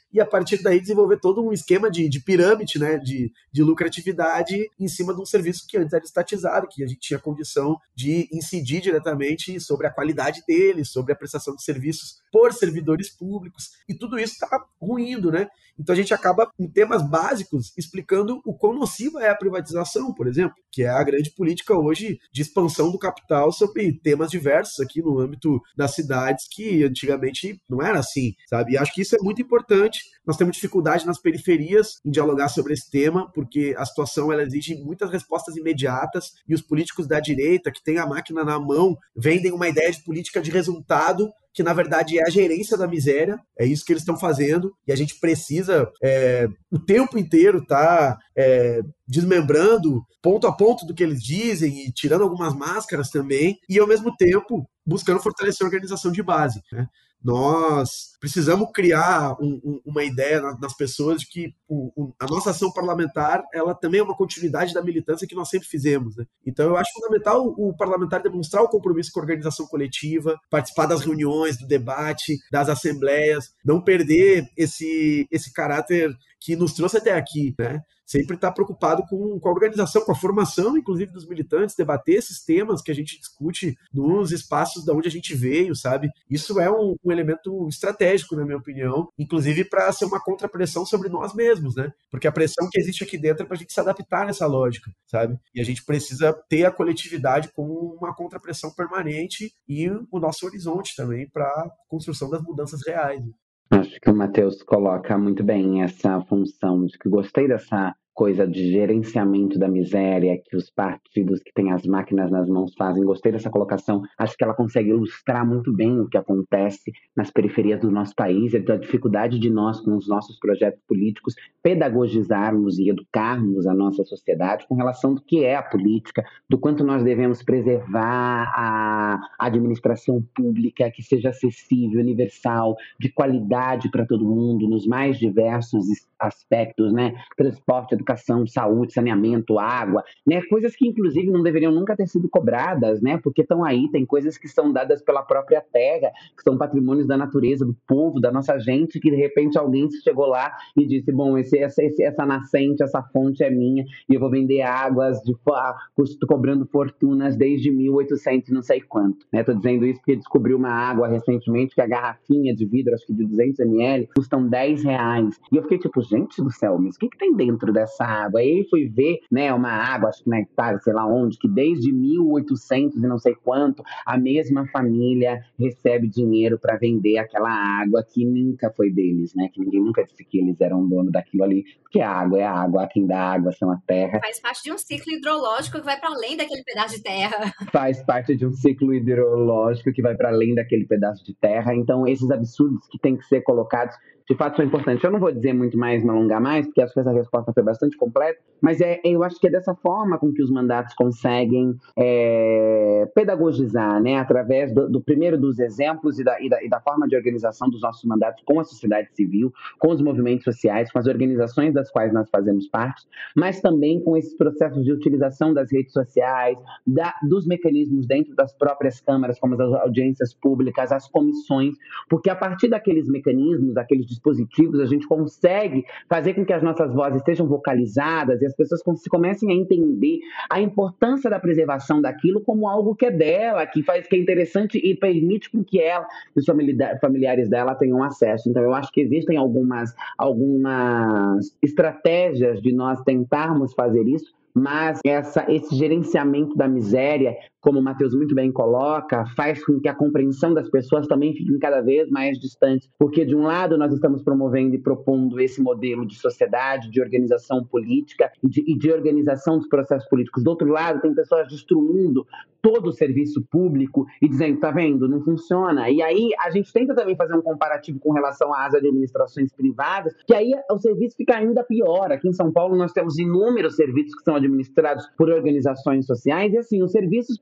e a partir daí desenvolver todo um esquema de, de pirâmide, né, de, de lucratividade em cima de um serviço que antes era estatizado, que a gente tinha condição de incidir diretamente sobre a qualidade dele, sobre a prestação de serviços por servidores públicos, e tudo isso está ruindo, né? Então a gente acaba, em temas básicos, explicando o quão nociva é a privatização, por exemplo, que é a grande política hoje de expansão do capital sobre temas diversos aqui no âmbito das cidades, que antigamente não era assim, sabe? E acho que isso é muito importante. Nós temos dificuldade nas periferias em dialogar sobre esse tema, porque a situação ela exige muitas respostas imediatas, e os políticos da direita, que têm a máquina na mão, vendem uma ideia de política de resultado, que na verdade é a gerência da miséria, é isso que eles estão fazendo, e a gente precisa é, o tempo inteiro estar tá, é, desmembrando ponto a ponto do que eles dizem e tirando algumas máscaras também, e ao mesmo tempo buscando fortalecer a organização de base, né? Nós precisamos criar um, um, uma ideia nas pessoas de que o, o, a nossa ação parlamentar ela também é uma continuidade da militância que nós sempre fizemos, né? Então eu acho fundamental o, o parlamentar demonstrar o compromisso com a organização coletiva, participar das reuniões, do debate, das assembleias, não perder esse, esse caráter que nos trouxe até aqui, né? Sempre estar preocupado com, com a organização, com a formação, inclusive, dos militantes, debater esses temas que a gente discute nos espaços de onde a gente veio, sabe? Isso é um, um elemento estratégico, na minha opinião, inclusive para ser uma contrapressão sobre nós mesmos, né? Porque a pressão que existe aqui dentro é para a gente se adaptar nessa lógica, sabe? E a gente precisa ter a coletividade como uma contrapressão permanente e o nosso horizonte também para a construção das mudanças reais. Acho que o Matheus coloca muito bem essa função de que gostei dessa coisa de gerenciamento da miséria que os partidos que têm as máquinas nas mãos fazem. Gostei dessa colocação. Acho que ela consegue ilustrar muito bem o que acontece nas periferias do nosso país e da dificuldade de nós, com os nossos projetos políticos, pedagogizarmos e educarmos a nossa sociedade com relação do que é a política, do quanto nós devemos preservar a administração pública que seja acessível, universal, de qualidade para todo mundo, nos mais diversos aspectos, né? Transporte, educação, saúde, saneamento, água, né? Coisas que, inclusive, não deveriam nunca ter sido cobradas, né? Porque estão aí, tem coisas que são dadas pela própria terra, que são patrimônios da natureza, do povo, da nossa gente, que, de repente, alguém chegou lá e disse, bom, esse, essa, essa nascente, essa fonte é minha, e eu vou vender águas de custo cobrando fortunas desde mil e oitocentos não sei quanto, né? Tô dizendo isso porque descobri uma água recentemente que a garrafinha de vidro, acho que de duzentos mililitros, custam dez reais. E eu fiquei tipo, gente do céu, mas o que, que tem dentro dessa água? Aí fui ver, né, uma água, acho que na Itália, sei lá onde, que desde mil e oitocentos e não sei quanto, a mesma família recebe dinheiro para vender aquela água que nunca foi deles, né? Que ninguém nunca disse que eles eram dono daquilo ali, porque a água é a água, quem dá água são a terra. Faz parte de um ciclo hidrológico que vai para além daquele pedaço de terra. Faz parte de um ciclo hidrológico que vai para além daquele pedaço de terra. Então, esses absurdos que têm que ser colocados, de fato, são importantes. Eu não vou dizer muito mais, me alongar mais, porque acho que essa resposta foi bastante completa, mas é, eu acho que é dessa forma com que os mandatos conseguem é, pedagogizar, né, através do, do primeiro dos exemplos e da, e, da, e da forma de organização dos nossos mandatos com a sociedade civil, com os movimentos sociais, com as organizações das quais nós fazemos parte, mas também com esses processos de utilização das redes sociais, da, dos mecanismos dentro das próprias câmaras, como as audiências públicas, as comissões, porque a partir daqueles mecanismos, daqueles dispositivos, a gente consegue fazer com que as nossas vozes sejam vocalizadas e as pessoas comecem a entender a importância da preservação daquilo como algo que é dela, que faz, que é interessante e permite com que ela e os familiares dela tenham acesso. Então, eu acho que existem algumas, algumas estratégias de nós tentarmos fazer isso, mas essa, esse gerenciamento da miséria, como o Matheus muito bem coloca, faz com que a compreensão das pessoas também fique cada vez mais distante, porque de um lado nós estamos promovendo e propondo esse modelo de sociedade, de organização política e de, e de organização dos processos políticos. Do outro lado, tem pessoas destruindo todo o serviço público e dizendo, tá vendo, não funciona. E aí a gente tenta também fazer um comparativo com relação às administrações privadas, que aí o serviço fica ainda pior. Aqui em São Paulo nós temos inúmeros serviços que são administrados por organizações sociais e assim, os serviços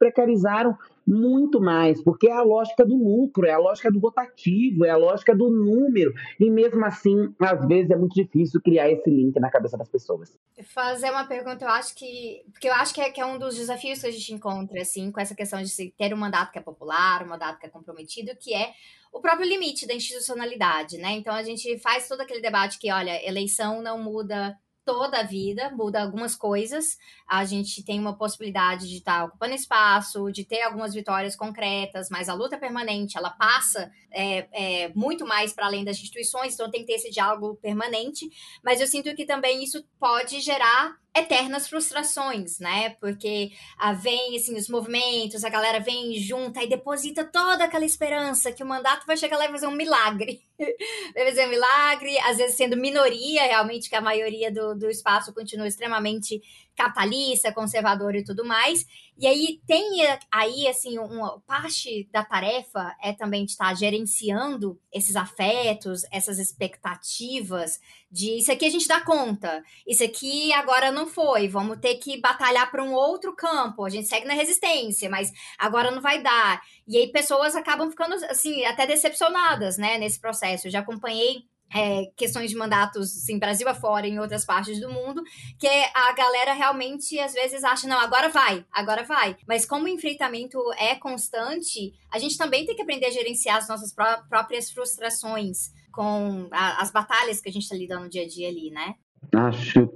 precarizaram muito mais, porque é a lógica do lucro, é a lógica do rotativo, é a lógica do número, e mesmo assim, às vezes é muito difícil criar esse link na cabeça das pessoas. Fazer uma pergunta, eu acho que, porque eu acho que é, que é um dos desafios que a gente encontra, assim, com essa questão de se ter um mandato que é popular, um mandato que é comprometido, que é o próprio limite da institucionalidade, né? Então a gente faz todo aquele debate que, olha, eleição não muda toda a vida, muda algumas coisas, a gente tem uma possibilidade de estar ocupando espaço, de ter algumas vitórias concretas, mas a luta permanente, ela passa é, é, muito mais para além das instituições, então tem que ter esse diálogo permanente, mas eu sinto que também isso pode gerar eternas frustrações, né? Porque ah, vem, assim, os movimentos, a galera vem junta e deposita toda aquela esperança que o mandato vai chegar lá e fazer um milagre. Vai fazer um milagre, às vezes sendo minoria, realmente, que a maioria do, do espaço continua extremamente capitalista, conservador e tudo mais. E aí tem aí, assim, uma parte da tarefa é também de estar gerenciando esses afetos, essas expectativas de isso aqui a gente dá conta, isso aqui agora não foi, vamos ter que batalhar para um outro campo, a gente segue na resistência, mas agora não vai dar. E aí pessoas acabam ficando, assim, até decepcionadas, né, nesse processo. Eu já acompanhei É, questões de mandatos, assim, Brasil afora, em outras partes do mundo, que a galera realmente, às vezes, acha, não, agora vai, agora vai. Mas como o enfrentamento é constante, a gente também tem que aprender a gerenciar as nossas pró- próprias frustrações com a- as batalhas que a gente está lidando no dia a dia ali, né? Acho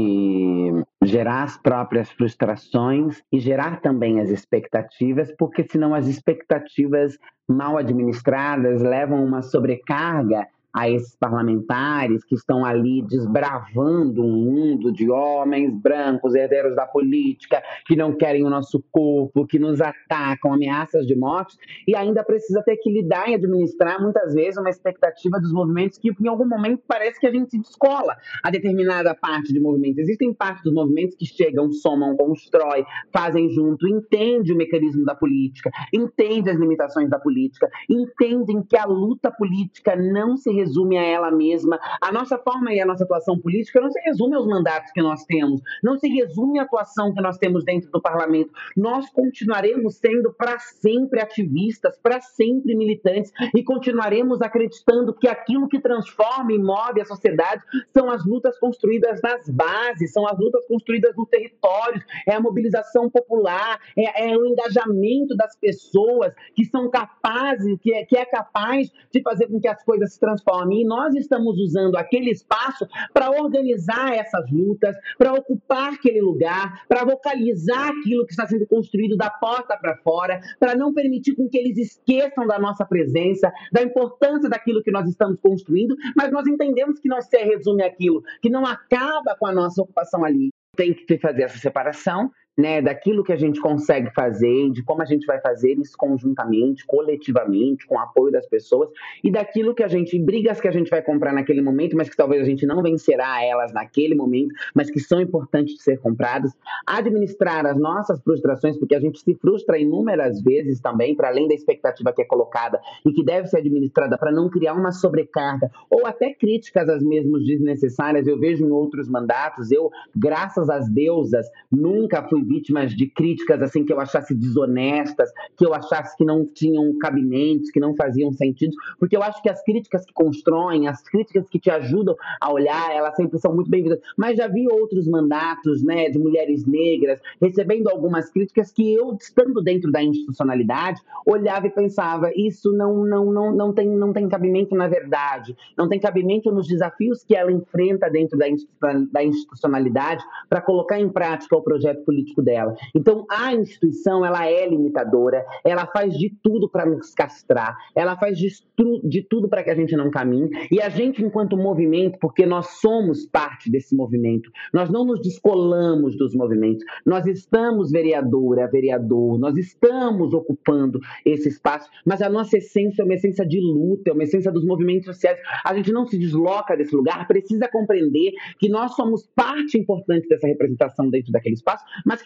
que gerar as próprias frustrações e gerar também as expectativas, porque senão as expectativas mal administradas levam uma sobrecarga a esses parlamentares que estão ali desbravando um mundo de homens brancos, herdeiros da política, que não querem o nosso corpo, que nos atacam, ameaças de morte, e ainda precisa ter que lidar e administrar, muitas vezes, uma expectativa dos movimentos que, em algum momento, parece que a gente se descola a determinada parte de movimentos. Existem partes dos movimentos que chegam, somam, constroem, fazem junto, entendem o mecanismo da política, entendem as limitações da política, entendem que a luta política não se resume a ela mesma. A nossa forma e a nossa atuação política não se resume aos mandatos que nós temos, não se resume à atuação que nós temos dentro do parlamento. Nós continuaremos sendo para sempre ativistas, para sempre militantes, e continuaremos acreditando que aquilo que transforma e move a sociedade são as lutas construídas nas bases, são as lutas construídas nos territórios, é a mobilização popular, é, é o engajamento das pessoas que são capazes, que é, que é capaz de fazer com que as coisas se transformem. E nós estamos usando aquele espaço para organizar essas lutas, para ocupar aquele lugar, para vocalizar aquilo que está sendo construído da porta para fora, para não permitir com que eles esqueçam da nossa presença, da importância daquilo que nós estamos construindo, mas nós entendemos que não se resume aquilo, que não acaba com a nossa ocupação ali. Tem que fazer essa separação, né, daquilo que a gente consegue fazer, de como a gente vai fazer isso conjuntamente, coletivamente, com o apoio das pessoas, e daquilo que a gente, brigas que a gente vai comprar naquele momento, mas que talvez a gente não vencerá elas naquele momento, mas que são importantes de ser compradas. Administrar as nossas frustrações, porque a gente se frustra inúmeras vezes também, para além da expectativa que é colocada e que deve ser administrada para não criar uma sobrecarga, ou até críticas às mesmas desnecessárias. Eu vejo em outros mandatos, eu, graças às deusas, nunca fui vítimas de críticas assim que eu achasse desonestas, que eu achasse que não tinham cabimentos, que não faziam sentido, porque eu acho que as críticas que constroem, as críticas que te ajudam a olhar, elas sempre são muito bem-vindas. Mas já vi outros mandatos, né, de mulheres negras recebendo algumas críticas que eu, estando dentro da institucionalidade, olhava e pensava, isso não, não, não, não, tem, não tem cabimento na verdade, não tem cabimento nos desafios que ela enfrenta dentro da institucionalidade para colocar em prática o projeto político dela. Então, a instituição, ela é limitadora, ela faz de tudo para nos castrar, ela faz de, de tudo para que a gente não caminhe, e a gente, enquanto movimento, porque nós somos parte desse movimento, nós não nos descolamos dos movimentos, nós estamos, vereadora, vereador, nós estamos ocupando esse espaço, mas a nossa essência é uma essência de luta, é uma essência dos movimentos sociais. A gente não se desloca desse lugar, precisa compreender que nós somos parte importante dessa representação dentro daquele espaço, mas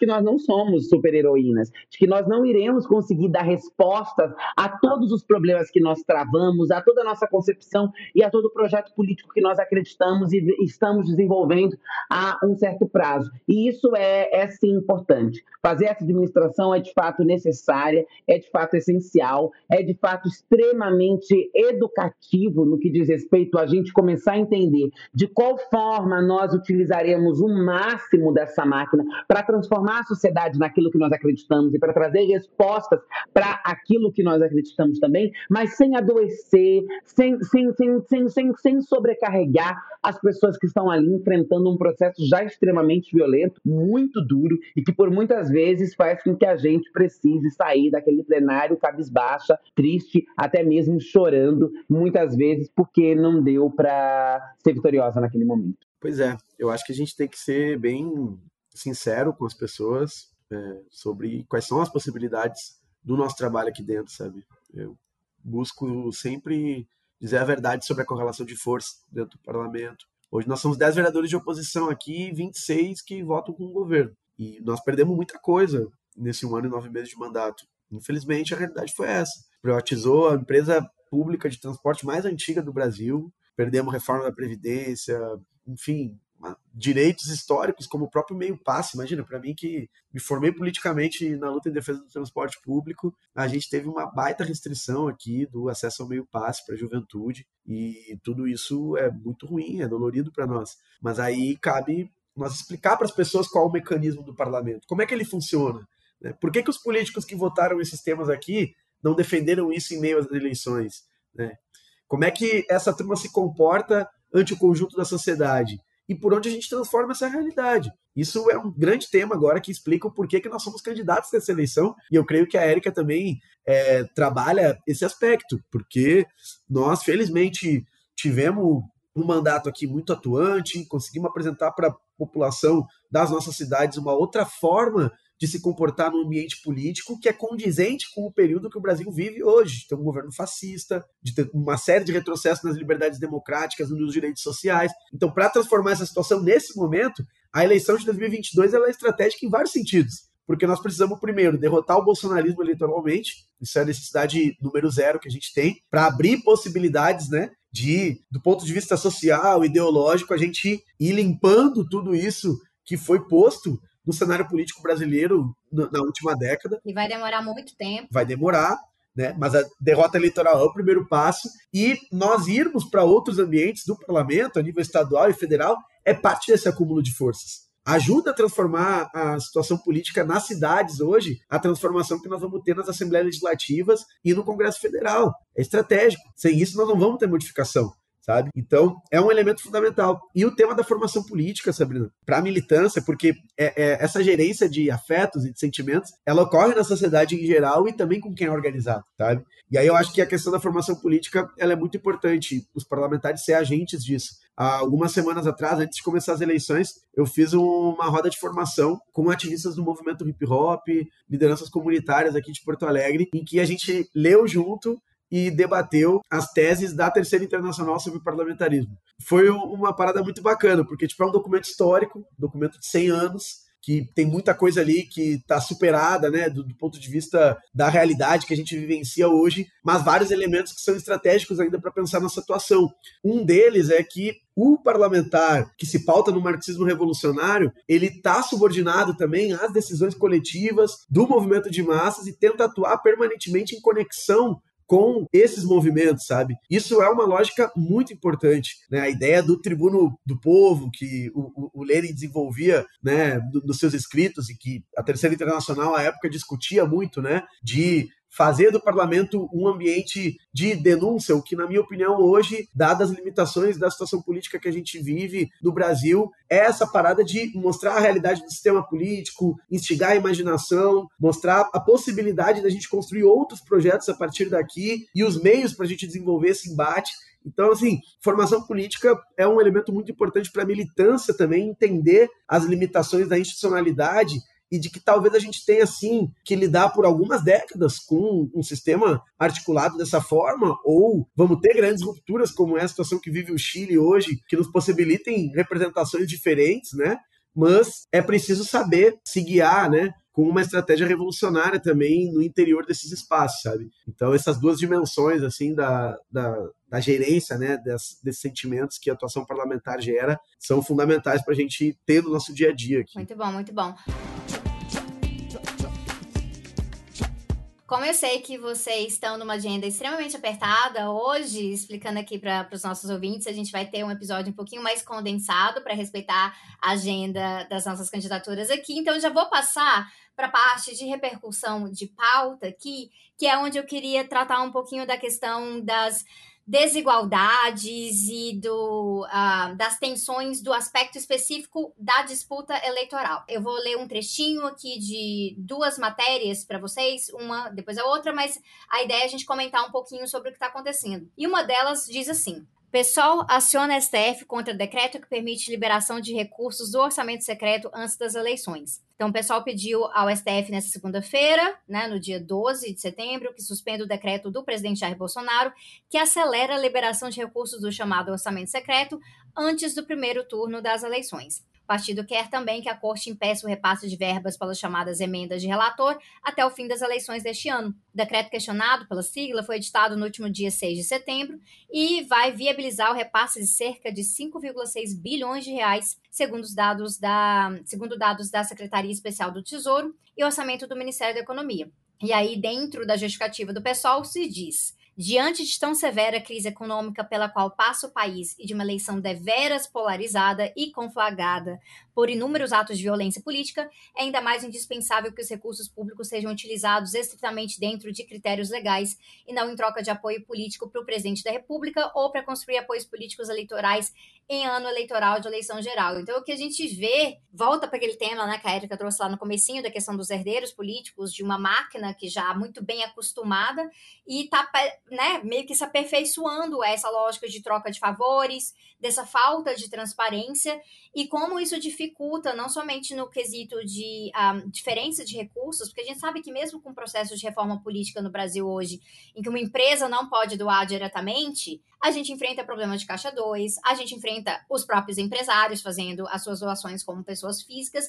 que nós não somos super-heroínas, de que nós não iremos conseguir dar respostas a todos os problemas que nós travamos, a toda a nossa concepção e a todo o projeto político que nós acreditamos e estamos desenvolvendo há um certo prazo. E isso é, é sim importante. Fazer essa administração é de fato necessária, é de fato essencial, é de fato extremamente educativo no que diz respeito a gente começar a entender de qual forma nós utilizaremos o máximo dessa máquina para transformar a sociedade naquilo que nós acreditamos e para trazer respostas para aquilo que nós acreditamos também, mas sem adoecer, sem, sem, sem, sem, sem, sem sobrecarregar as pessoas que estão ali enfrentando um processo já extremamente violento, muito duro, e que por muitas vezes faz com que a gente precise sair daquele plenário cabisbaixa, triste, até mesmo chorando, muitas vezes porque não deu para ser vitoriosa naquele momento. Pois é, eu acho que a gente tem que ser bem sincero com as pessoas é, sobre quais são as possibilidades do nosso trabalho aqui dentro, sabe? Eu busco sempre dizer a verdade sobre a correlação de força dentro do parlamento. Hoje nós somos dez vereadores de oposição aqui e vinte e seis que votam com o governo. E nós perdemos muita coisa nesse um ano e nove meses de mandato. Infelizmente, a realidade foi essa. Privatizou a empresa pública de transporte mais antiga do Brasil, perdemos reforma da Previdência, enfim, direitos históricos como o próprio meio passe. Imagina, para mim que me formei politicamente na luta em defesa do transporte público, a gente teve uma baita restrição aqui do acesso ao meio passe para a juventude e tudo isso é muito ruim, é dolorido para nós. Mas aí cabe nós explicar para as pessoas qual é o mecanismo do parlamento, como é que ele funciona, né? Por que que os políticos que votaram esses temas aqui não defenderam isso em meio às eleições, né? Como é que essa turma se comporta ante o conjunto da sociedade? E por onde a gente transforma essa realidade. Isso é um grande tema agora que explica o porquê que nós somos candidatos nessa eleição, e eu creio que a Érica também é, trabalha esse aspecto, porque nós, felizmente, tivemos um mandato aqui muito atuante, conseguimos apresentar para a população das nossas cidades uma outra forma de se comportar no ambiente político que é condizente com o período que o Brasil vive hoje, de ter um governo fascista, de ter uma série de retrocessos nas liberdades democráticas e nos direitos sociais. Então, para transformar essa situação nesse momento, a eleição de dois mil e vinte e dois ela é estratégica em vários sentidos, porque nós precisamos, primeiro, derrotar o bolsonarismo eleitoralmente, isso é a necessidade número zero que a gente tem, para abrir possibilidades, né, de, do ponto de vista social, ideológico, a gente ir limpando tudo isso que foi posto no cenário político brasileiro na última década. E vai demorar muito tempo. Vai demorar, né? Mas a derrota eleitoral é o primeiro passo, e nós irmos para outros ambientes do parlamento, a nível estadual e federal, é parte desse acúmulo de forças. Ajuda a transformar a situação política nas cidades hoje, a transformação que nós vamos ter nas Assembleias Legislativas e no Congresso Federal. É estratégico. Sem isso, nós não vamos ter modificação, sabe? Então, é um elemento fundamental. E o tema da formação política, Sabrina, para a militância, porque é, é, essa gerência de afetos e de sentimentos, ela ocorre na sociedade em geral e também com quem é organizado, sabe? E aí eu acho que a questão da formação política, ela é muito importante, os parlamentares serem agentes disso. Há algumas semanas atrás, antes de começar as eleições, eu fiz uma roda de formação com ativistas do movimento hip hop, lideranças comunitárias aqui de Porto Alegre, em que a gente leu junto e debateu as teses da Terceira Internacional sobre Parlamentarismo. Foi uma parada muito bacana, porque tipo, é um documento histórico, documento de cem anos, que tem muita coisa ali que está superada, né, do, do ponto de vista da realidade que a gente vivencia hoje, mas vários elementos que são estratégicos ainda para pensar nessa atuação. Um deles é que o parlamentar que se pauta no marxismo revolucionário, ele está subordinado também às decisões coletivas do movimento de massas e tenta atuar permanentemente em conexão com esses movimentos, sabe? Isso é uma lógica muito importante, né? A ideia do tribuno do povo, que o, o Lenin desenvolvia, né, nos seus escritos, e que a Terceira Internacional, à época, discutia muito, né, de fazer do parlamento um ambiente de denúncia, o que, na minha opinião, hoje, dadas as limitações da situação política que a gente vive no Brasil, é essa parada de mostrar a realidade do sistema político, instigar a imaginação, mostrar a possibilidade da gente construir outros projetos a partir daqui e os meios para a gente desenvolver esse embate. Então, assim, formação política é um elemento muito importante para a militância também, entender as limitações da institucionalidade e de que talvez a gente tenha, sim, que lidar por algumas décadas com um sistema articulado dessa forma, ou vamos ter grandes rupturas, como é a situação que vive o Chile hoje, que nos possibilitem representações diferentes, né? mas é preciso saber se guiar, né, com uma estratégia revolucionária também no interior desses espaços, sabe? Então, essas duas dimensões, assim, da, da, da gerência, né, des, desses sentimentos que a atuação parlamentar gera, são fundamentais para a gente ter no nosso dia a dia aqui. Muito bom, muito bom. Como eu sei que vocês estão numa agenda extremamente apertada, hoje, explicando aqui para os nossos ouvintes, a gente vai ter um episódio um pouquinho mais condensado para respeitar a agenda das nossas candidaturas aqui. Então, já vou passar para a parte de repercussão de pauta aqui, que é onde eu queria tratar um pouquinho da questão das desigualdades e do, uh, das tensões do aspecto específico da disputa eleitoral. Eu vou ler um trechinho aqui de duas matérias para vocês, uma depois a outra, mas a ideia é a gente comentar um pouquinho sobre o que está acontecendo. E uma delas diz assim: PSOL aciona S T F contra decreto que permite liberação de recursos do orçamento secreto antes das eleições. Então, o PSOL pediu ao S T F nessa segunda-feira, né, no dia doze de setembro, que suspenda o decreto do presidente Jair Bolsonaro, que acelera a liberação de recursos do chamado orçamento secreto antes do primeiro turno das eleições. O partido quer também que a Corte impeça o repasse de verbas pelas chamadas emendas de relator até o fim das eleições deste ano. O decreto questionado pela sigla foi editado no último dia seis de setembro e vai viabilizar o repasse de cerca de cinco vírgula seis bilhões de reais, segundo os dados da, segundo dados da Secretaria Especial do Tesouro e orçamento do Ministério da Economia. E aí, dentro da justificativa do PSOL, se diz: diante de tão severa crise econômica pela qual passa o país e de uma eleição deveras polarizada e conflagrada por inúmeros atos de violência política, é ainda mais indispensável que os recursos públicos sejam utilizados estritamente dentro de critérios legais e não em troca de apoio político para o presidente da República ou para construir apoios políticos eleitorais em ano eleitoral de eleição geral. Então, o que a gente vê, volta para aquele tema, né, que a Érica trouxe lá no comecinho, da questão dos herdeiros políticos, de uma máquina que já muito bem acostumada e está, né, meio que se aperfeiçoando essa lógica de troca de favores, dessa falta de transparência, e como isso dificulta, não somente no quesito de um, diferença de recursos, porque a gente sabe que mesmo com o processo de reforma política no Brasil hoje, em que uma empresa não pode doar diretamente, a gente enfrenta problemas de caixa dois, a gente enfrenta os próprios empresários fazendo as suas doações como pessoas físicas,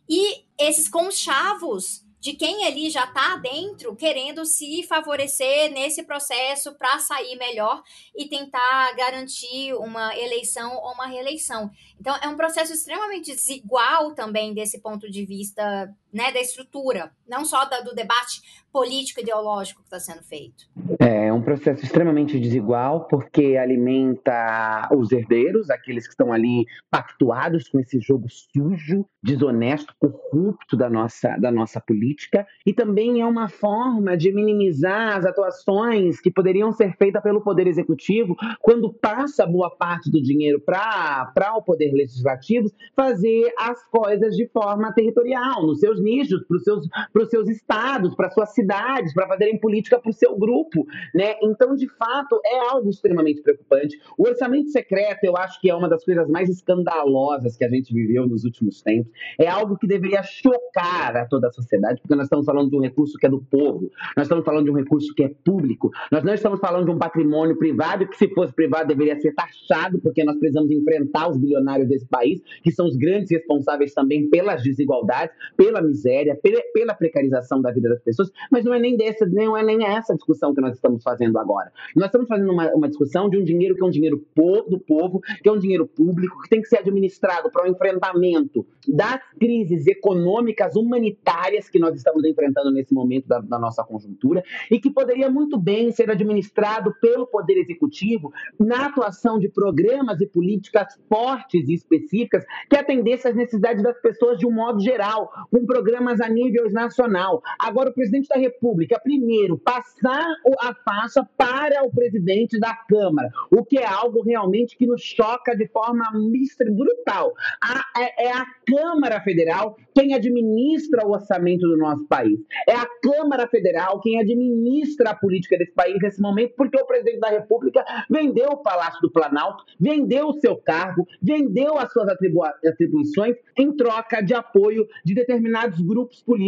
e esses conchavos de quem ali já está dentro, querendo se favorecer nesse processo para sair melhor e tentar garantir uma eleição ou uma reeleição. Então, é um processo extremamente desigual também desse ponto de vista, né, da estrutura, não só da, do debate político-ideológico que está sendo feito. É um processo extremamente desigual, porque alimenta os herdeiros, aqueles que estão ali pactuados com esse jogo sujo, desonesto, corrupto da nossa, da nossa política, e também é uma forma de minimizar as atuações que poderiam ser feitas pelo Poder Executivo quando passa boa parte do dinheiro para o Poder Legislativo fazer as coisas de forma territorial, nos seus nichos, para os seus, os seus estados, para suas cidades, para fazerem política para o seu grupo, né? Então, de fato, é algo extremamente preocupante. O orçamento secreto, eu acho que é uma das coisas mais escandalosas que a gente viveu nos últimos tempos. É algo que deveria chocar a toda a sociedade, porque nós estamos falando de um recurso que é do povo, nós estamos falando de um recurso que é público, nós não estamos falando de um patrimônio privado que, se fosse privado, deveria ser taxado, porque nós precisamos enfrentar os bilionários desse país, que são os grandes responsáveis também pelas desigualdades, pela miséria, pela, pela precarização da vida das pessoas, mas não é nem dessa, não é nem essa discussão que nós estamos fazendo agora. Nós estamos fazendo uma, uma discussão de um dinheiro que é um dinheiro do povo, que é um dinheiro público, que tem que ser administrado para o enfrentamento das crises econômicas, humanitárias que nós estamos enfrentando nesse momento da, da nossa conjuntura, e que poderia muito bem ser administrado pelo Poder Executivo na atuação de programas e políticas fortes e específicas que atendessem às necessidades das pessoas de um modo geral, com programas a nível nacional. Agora, o presidente da República, primeiro, passar a faixa para o presidente da Câmara, o que é algo realmente que nos choca de forma brutal. A, é, é a Câmara Federal quem administra o orçamento do nosso país. É a Câmara Federal quem administra a política desse país nesse momento, porque o presidente da República vendeu o Palácio do Planalto, vendeu o seu cargo, vendeu as suas atribu- atribuições em troca de apoio de determinados grupos políticos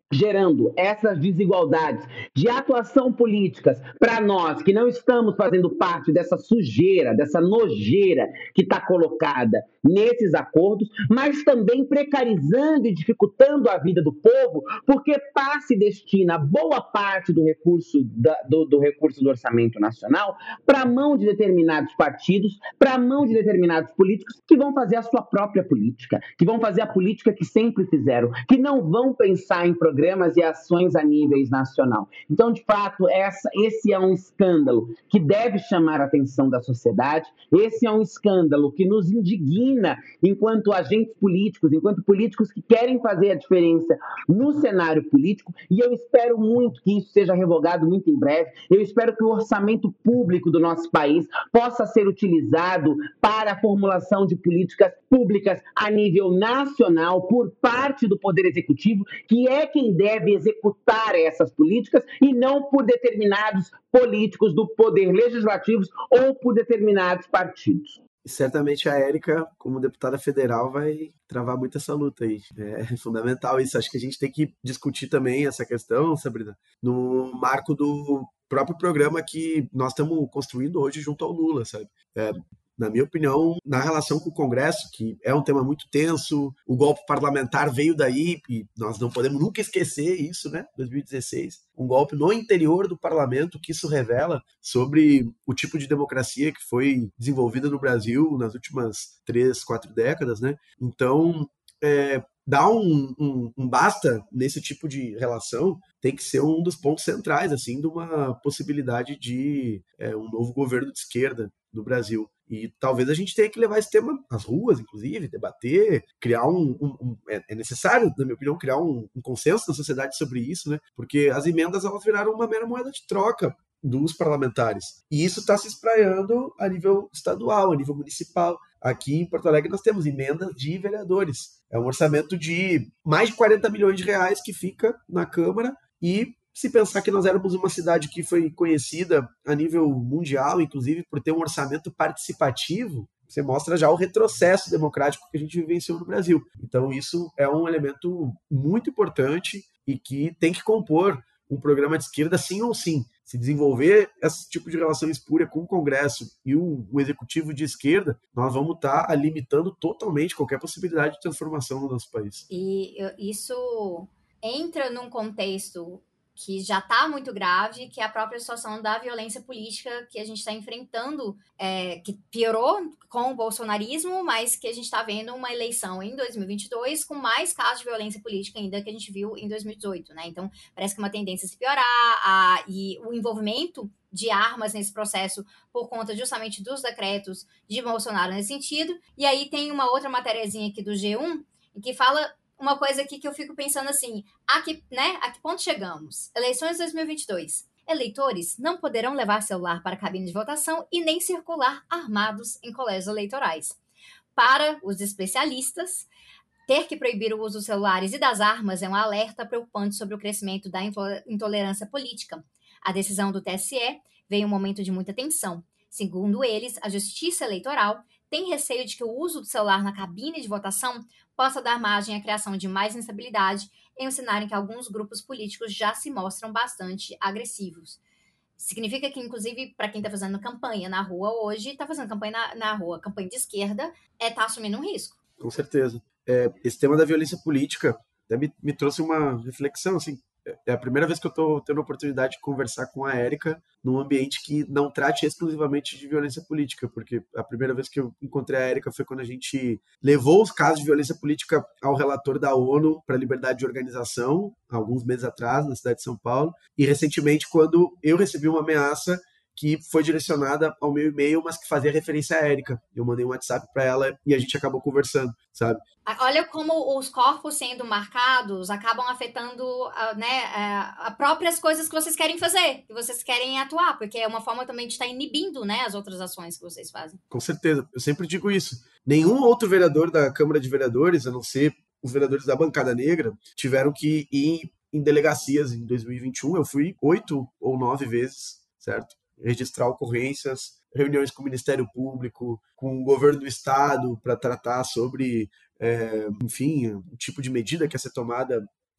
gerando essas desigualdades de atuação políticas para nós que não estamos fazendo parte dessa sujeira, dessa nojeira que está colocada nesses acordos, mas também precarizando e dificultando a vida do povo, porque passe destina boa parte do recurso, da, do, do recurso do orçamento nacional para a mão de determinados partidos, para a mão de determinados políticos que vão fazer a sua própria política, que vão fazer a política que sempre fizeram, que não vão pensar em programas e ações a níveis nacional. Então, de fato, essa, esse é um escândalo que deve chamar a atenção da sociedade, esse é um escândalo que nos indigna enquanto agentes políticos, enquanto políticos que querem fazer a diferença no cenário político, e eu espero muito que isso seja revogado muito em breve. Eu espero que o orçamento público do nosso país possa ser utilizado para a formulação de políticas públicas a nível nacional por parte do Poder Executivo, que é quem deve executar essas políticas e não por determinados políticos do Poder Legislativo ou por determinados partidos. E certamente a Érica, como deputada federal, vai travar muito essa luta aí. É fundamental isso. Acho que a gente tem que discutir também essa questão, Sabrina, no marco do próprio programa que nós estamos construindo hoje junto ao Lula, sabe? É, na minha opinião, na relação com o Congresso, que é um tema muito tenso, o golpe parlamentar veio daí, e nós não podemos nunca esquecer isso, né? dois mil e dezesseis, um golpe no interior do parlamento, que isso revela sobre o tipo de democracia que foi desenvolvida no Brasil nas últimas três, quatro décadas, né? Então, é, dar um, um, um basta nesse tipo de relação tem que ser um dos pontos centrais, assim, de uma possibilidade de é, um novo governo de esquerda no Brasil. E talvez a gente tenha que levar esse tema às ruas, inclusive, debater, criar um... um, um é necessário, na minha opinião, criar um, um consenso na sociedade sobre isso, né? Porque as emendas, elas viraram uma mera moeda de troca dos parlamentares. E isso está se espraiando a nível estadual, a nível municipal. Aqui em Porto Alegre nós temos emendas de vereadores. É um orçamento de mais de quarenta milhões de reais que fica na Câmara, e se pensar que nós éramos uma cidade que foi conhecida a nível mundial, inclusive por ter um orçamento participativo, você mostra já o retrocesso democrático que a gente vivenciou no Brasil. Então isso é um elemento muito importante e que tem que compor um programa de esquerda sim ou sim. Se desenvolver esse tipo de relação espúria com o Congresso e o, o executivo de esquerda, nós vamos estar tá limitando totalmente qualquer possibilidade de transformação no nosso país. E isso entra num contexto que já está muito grave, que é a própria situação da violência política que a gente está enfrentando, é, que piorou com o bolsonarismo, mas que a gente está vendo uma eleição em dois mil e vinte e dois com mais casos de violência política ainda que a gente viu em dois mil e dezoito, né? Então, parece que é uma tendência a se piorar, a, e o envolvimento de armas nesse processo por conta justamente dos decretos de Bolsonaro nesse sentido. E aí tem uma outra matériazinha aqui do G um, que fala uma coisa aqui que eu fico pensando assim, a que, né, a que ponto chegamos? Eleições dois mil e vinte e dois. Eleitores não poderão levar celular para a cabine de votação e nem circular armados em colégios eleitorais. Para os especialistas, ter que proibir o uso dos celulares e das armas é um alerta preocupante sobre o crescimento da intolerância política. A decisão do T S E veio em um momento de muita tensão. Segundo eles, a Justiça Eleitoral tem receio de que o uso do celular na cabine de votação possa dar margem à criação de mais instabilidade em um cenário em que alguns grupos políticos já se mostram bastante agressivos. Significa que, inclusive, para quem está fazendo campanha na rua hoje, está fazendo campanha na, na rua, campanha de esquerda, é tá assumindo um risco. Com certeza. É, esse tema da violência política até me, me trouxe uma reflexão, assim, é a primeira vez que eu estou tendo a oportunidade de conversar com a Érica num ambiente que não trate exclusivamente de violência política, porque a primeira vez que eu encontrei a Érica foi quando a gente levou os casos de violência política ao relator da ONU para a liberdade de organização, alguns meses atrás, na cidade de São Paulo, e recentemente quando eu recebi uma ameaça que foi direcionada ao meu e-mail, mas que fazia referência à Érica. Eu mandei um WhatsApp para ela e a gente acabou conversando, sabe? Olha como os corpos sendo marcados acabam afetando, né, as próprias coisas que vocês querem fazer, que vocês querem atuar, porque é uma forma também de estar inibindo, né, as outras ações que vocês fazem. Com certeza. Eu sempre digo isso. Nenhum outro vereador da Câmara de Vereadores, a não ser os vereadores da bancada negra, tiveram que ir em delegacias em dois mil e vinte e um. Eu fui oito ou nove vezes, certo? Registrar ocorrências, reuniões com o Ministério Público, com o governo do Estado para tratar sobre, é, enfim, o tipo de medida que ia ser tomada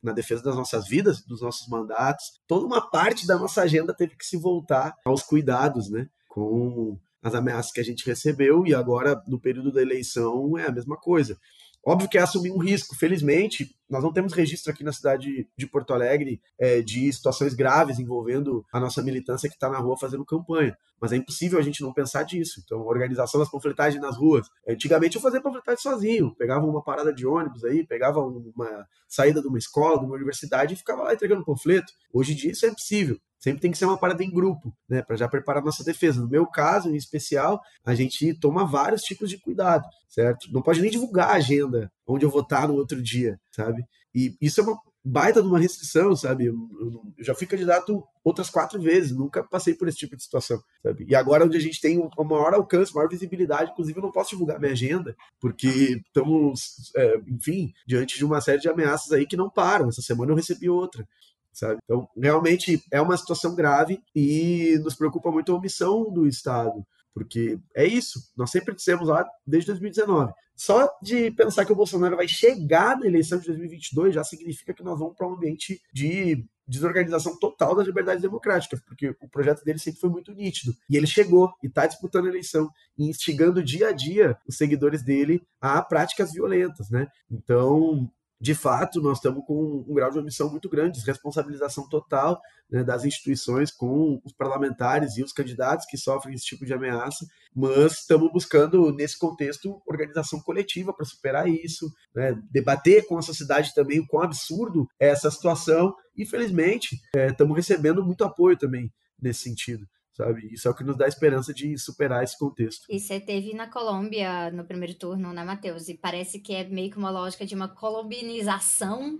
na defesa das nossas vidas, dos nossos mandatos, toda uma parte da nossa agenda teve que se voltar aos cuidados, né, com as ameaças que a gente recebeu, e agora, no período da eleição, é a mesma coisa. Óbvio que é assumir um risco. Felizmente, nós não temos registro aqui na cidade de Porto Alegre é, de situações graves envolvendo a nossa militância que está na rua fazendo campanha. Mas é impossível a gente não pensar disso. Então, a organização das panfletagens nas ruas. Antigamente eu fazia panfletagem sozinho. Pegava uma parada de ônibus aí, pegava uma saída de uma escola, de uma universidade e ficava lá entregando panfleto. Hoje em dia isso é impossível. Sempre tem que ser uma parada em grupo, né, para já preparar a nossa defesa. No meu caso, em especial, a gente toma vários tipos de cuidado, certo? Não pode nem divulgar a agenda onde eu vou estar no outro dia, sabe? E isso é uma baita de uma restrição, sabe? Eu, eu, eu já fui candidato outras quatro vezes, nunca passei por esse tipo de situação, sabe? E agora, onde a gente tem o maior alcance, maior visibilidade, inclusive eu não posso divulgar minha agenda, porque estamos, é, enfim, diante de uma série de ameaças aí que não param. Essa semana eu recebi outra. Sabe? Então, realmente é uma situação grave e nos preocupa muito a omissão do Estado, porque é isso, nós sempre dissemos lá desde dois mil e dezenove. Só de pensar que o Bolsonaro vai chegar na eleição de dois mil e vinte e dois já significa que nós vamos para um ambiente de desorganização total das liberdades democráticas, porque o projeto dele sempre foi muito nítido. E ele chegou e está disputando a eleição e instigando dia a dia os seguidores dele a práticas violentas, né? Então, de fato, nós estamos com um grau de omissão muito grande, desresponsabilização total, né, das instituições com os parlamentares e os candidatos que sofrem esse tipo de ameaça, mas estamos buscando, nesse contexto, organização coletiva para superar isso, né, debater com a sociedade também o quão absurdo é essa situação, e, felizmente, é, estamos recebendo muito apoio também nesse sentido. Sabe? Isso é o que nos dá esperança de superar esse contexto. E você teve na Colômbia no primeiro turno, né, Matheus? E parece que é meio que uma lógica de uma colombianização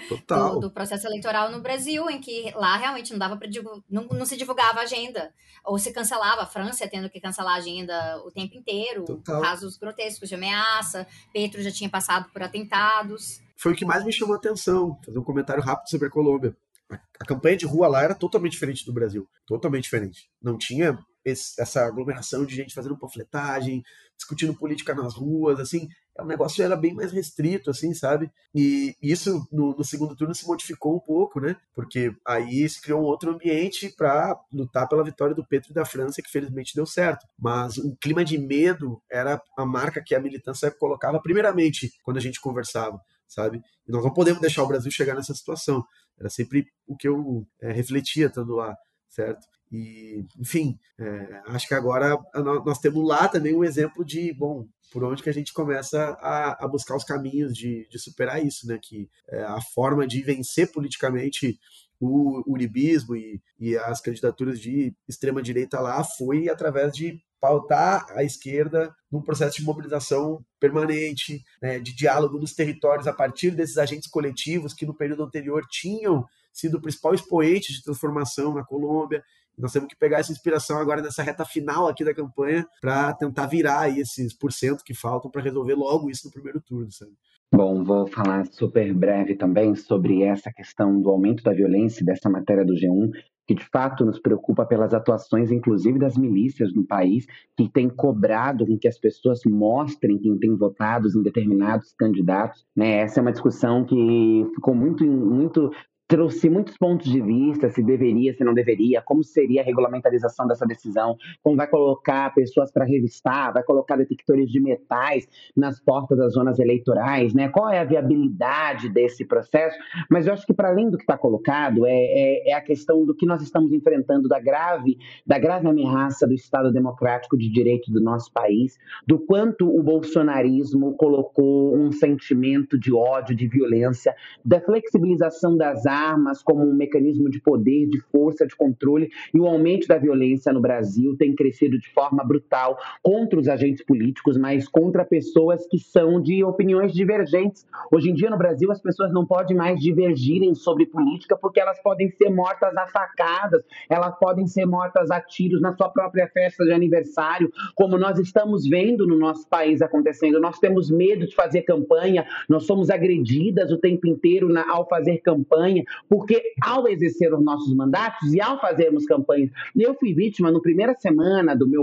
do, do processo eleitoral no Brasil, em que lá realmente não dava para não, não se divulgava a agenda, ou se cancelava, a França tendo que cancelar a agenda o tempo inteiro, Total. Casos grotescos de ameaça, Petro já tinha passado por atentados. Foi o que mais me chamou a atenção, fazer um comentário rápido sobre a Colômbia. A campanha de rua lá era totalmente diferente do Brasil. Totalmente diferente. Não tinha esse, essa aglomeração de gente fazendo panfletagem, discutindo política nas ruas, assim. O negócio era bem mais restrito, assim, sabe? E isso, no, no segundo turno, se modificou um pouco, né? Porque aí se criou um outro ambiente para lutar pela vitória do Petro e da França, que felizmente deu certo. Mas o clima de medo era a marca que a militância colocava, primeiramente, quando a gente conversava, sabe? E nós não podemos deixar o Brasil chegar nessa situação. Era sempre o que eu é, refletia estando lá, certo? E, enfim, é, acho que agora nós temos lá também um exemplo de, bom, por onde que a gente começa a, a buscar os caminhos de, de superar isso, né? Que é, a forma de vencer politicamente o uribismo e, e as candidaturas de extrema-direita lá foi através de pautar a esquerda num processo de mobilização permanente, né, de diálogo nos territórios a partir desses agentes coletivos que no período anterior tinham sido o principal expoente de transformação na Colômbia. Nós temos que pegar essa inspiração agora nessa reta final aqui da campanha para tentar virar aí esses porcento que faltam para resolver logo isso no primeiro turno, sabe? Bom, vou falar super breve também sobre essa questão do aumento da violência, dessa matéria do G um, que de fato nos preocupa pelas atuações, inclusive das milícias no país, que tem cobrado com que as pessoas mostrem quem tem votado em determinados candidatos, né? Essa é uma discussão que ficou muito, muito trouxe muitos pontos de vista, se deveria, se não deveria, como seria a regulamentarização dessa decisão, como vai colocar pessoas para revistar, vai colocar detectores de metais nas portas das zonas eleitorais, né? Qual é a viabilidade desse processo? Mas eu acho que, para além do que está colocado, é, é, é a questão do que nós estamos enfrentando, da grave, da grave ameaça do Estado Democrático de Direito do nosso país, do quanto o bolsonarismo colocou um sentimento de ódio, de violência, da flexibilização das armas como um mecanismo de poder, de força, de controle, e o aumento da violência no Brasil tem crescido de forma brutal contra os agentes políticos, mas contra pessoas que são de opiniões divergentes. Hoje em dia, no Brasil, as pessoas não podem mais divergirem sobre política porque elas podem ser mortas a facadas, elas podem ser mortas a tiros na sua própria festa de aniversário, como nós estamos vendo no nosso país acontecendo. Nós temos medo de fazer campanha, nós somos agredidas o tempo inteiro na, ao fazer campanha, porque ao exercer os nossos mandatos e ao fazermos campanhas, eu fui vítima, na primeira semana do meu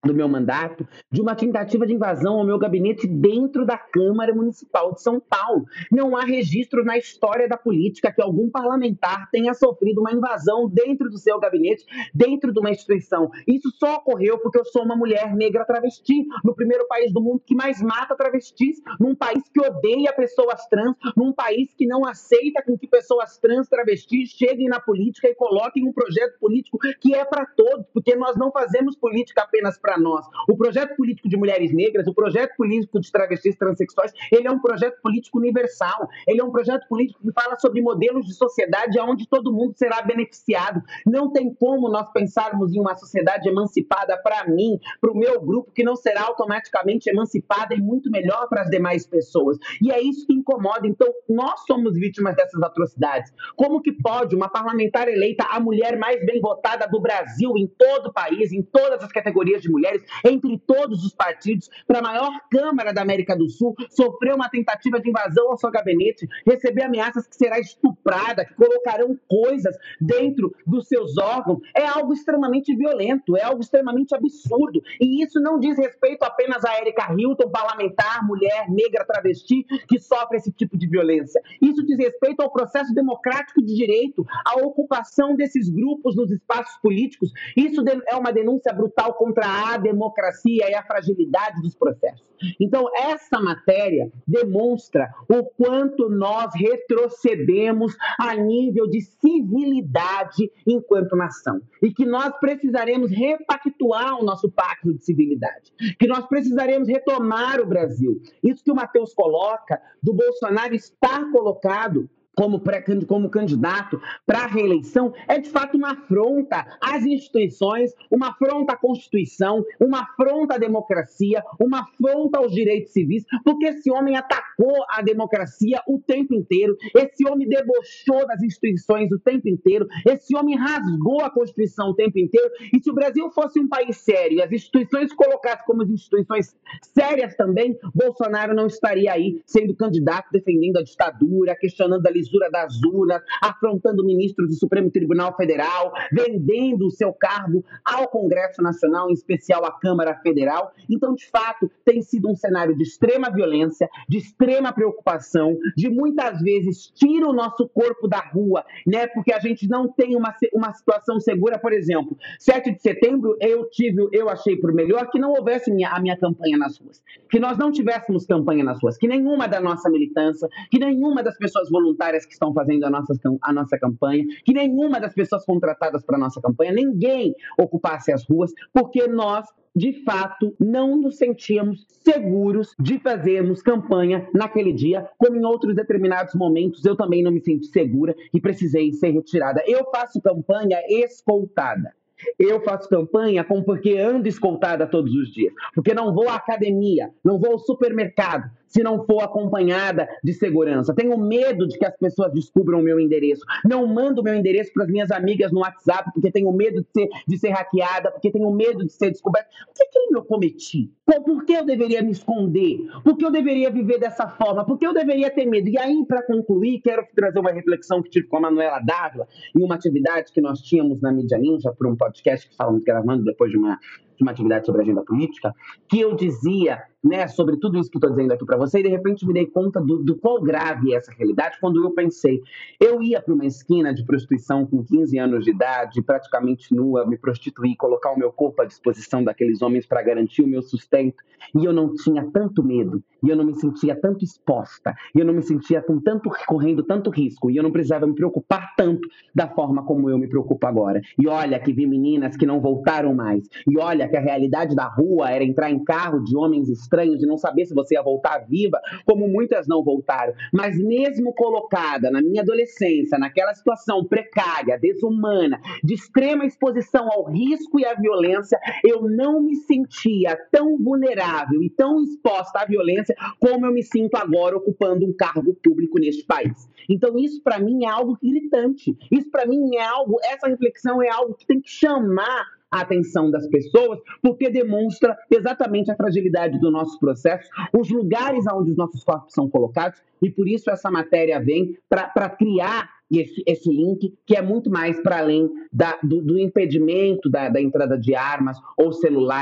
do meu mandato, de uma tentativa de invasão ao meu gabinete dentro da Câmara Municipal de São Paulo. Não há registro na história da política que algum parlamentar tenha sofrido uma invasão dentro do seu gabinete, dentro de uma instituição. Isso só ocorreu porque eu sou uma mulher negra travesti, no primeiro país do mundo que mais mata travestis, num país que odeia pessoas trans, num país que não aceita com que pessoas trans travestis cheguem na política e coloquem um projeto político que é para todos, porque nós não fazemos política apenas para nós. O projeto político de mulheres negras, o projeto político de travestis transexuais, ele é um projeto político universal, ele é um projeto político que fala sobre modelos de sociedade onde todo mundo será beneficiado. Não tem como nós pensarmos em uma sociedade emancipada para mim, para o meu grupo, que não será automaticamente emancipada e muito melhor para as demais pessoas. E é isso que incomoda. Então, nós somos vítimas dessas atrocidades. Como que pode uma parlamentar eleita, a mulher mais bem votada do Brasil, em todo o país, em todas as categorias de mulheres, entre todos os partidos, para a maior Câmara da América do Sul, sofrer uma tentativa de invasão ao seu gabinete, receber ameaças que será estuprada, que colocarão coisas dentro dos seus órgãos, é algo extremamente violento, é algo extremamente absurdo. E isso não diz respeito apenas a Erika Hilton, parlamentar, mulher, negra, travesti, que sofre esse tipo de violência. Isso diz respeito ao processo democrático de direito, à ocupação desses grupos nos espaços políticos. Isso é uma denúncia brutal contra a democracia e a fragilidade dos processos. Então, essa matéria demonstra o quanto nós retrocedemos a nível de civilidade enquanto nação. E que nós precisaremos repactuar o nosso pacto de civilidade. Que nós precisaremos retomar o Brasil. Isso que o Matheus coloca, do Bolsonaro estar colocado como, pré, como candidato para a reeleição, é de fato uma afronta às instituições, uma afronta à Constituição, uma afronta à democracia, uma afronta aos direitos civis, porque esse homem atacou a democracia o tempo inteiro, esse homem debochou das instituições o tempo inteiro, esse homem rasgou a Constituição o tempo inteiro, e se o Brasil fosse um país sério e as instituições colocassem como instituições sérias também, Bolsonaro não estaria aí sendo candidato, defendendo a ditadura, questionando a lisura das urnas, afrontando ministros do Supremo Tribunal Federal, vendendo o seu cargo ao Congresso Nacional, em especial à Câmara Federal. Então, de fato, tem sido um cenário de extrema violência, de extrema preocupação, de muitas vezes tira o nosso corpo da rua, né? Porque a gente não tem uma, uma situação segura. Por exemplo, sete de setembro, eu tive, eu achei por melhor que não houvesse minha, a minha campanha nas ruas, que nós não tivéssemos campanha nas ruas, que nenhuma da nossa militância, que nenhuma das pessoas voluntárias que estão fazendo a nossa, a nossa campanha, que nenhuma das pessoas contratadas para a nossa campanha, ninguém ocupasse as ruas, porque nós, de fato, não nos sentíamos seguros de fazermos campanha naquele dia, como em outros determinados momentos eu também não me senti segura e precisei ser retirada. Eu faço campanha escoltada. Eu faço campanha como porque ando escoltada todos os dias, porque não vou à academia, não vou ao supermercado, se não for acompanhada de segurança. Tenho medo de que as pessoas descubram o meu endereço. Não mando o meu endereço para as minhas amigas no WhatsApp, porque tenho medo de ser, de ser hackeada, porque tenho medo de ser descoberta. O que crime eu cometi? Por que eu deveria me esconder? Por que eu deveria viver dessa forma? Por que eu deveria ter medo? E aí, para concluir, quero trazer uma reflexão que tive com a Manuela Dávila, em uma atividade que nós tínhamos na Mídia Ninja, por um podcast que estávamos gravando depois de uma, de uma atividade sobre agenda política, que eu dizia, né, sobre tudo isso que estou dizendo aqui para você, e de repente me dei conta do, do qual grave é essa realidade quando eu pensei. Eu ia para uma esquina de prostituição com quinze anos de idade, praticamente nua, me prostituir, colocar o meu corpo à disposição daqueles homens para garantir o meu sustento, e eu não tinha tanto medo, e eu não me sentia tanto exposta, e eu não me sentia com tanto, correndo tanto risco, e eu não precisava me preocupar tanto da forma como eu me preocupo agora. E olha que vi meninas que não voltaram mais, e olha que a realidade da rua era entrar em carro de homens estranhos e não saber se você ia voltar viva, como muitas não voltaram. Mas mesmo colocada na minha adolescência, naquela situação precária, desumana, de extrema exposição ao risco e à violência, eu não me sentia tão vulnerável e tão exposta à violência como eu me sinto agora ocupando um cargo público neste país. Então isso para mim é algo gritante. Isso para mim é algo, essa reflexão é algo que tem que chamar a atenção das pessoas, porque demonstra exatamente a fragilidade do nosso processo, os lugares onde os nossos corpos são colocados, e por isso essa matéria vem para criar esse, esse link, que é muito mais para além da, do, do impedimento da, da entrada de armas ou celulares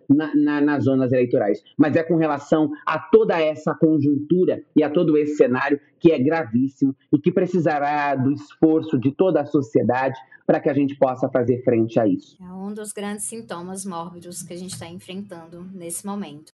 na, na, nas zonas eleitorais, mas é com relação a toda essa conjuntura e a todo esse cenário que é gravíssimo e que precisará do esforço de toda a sociedade para que a gente possa fazer frente a isso. É um dos grandes sintomas mórbidos que a gente está enfrentando nesse momento.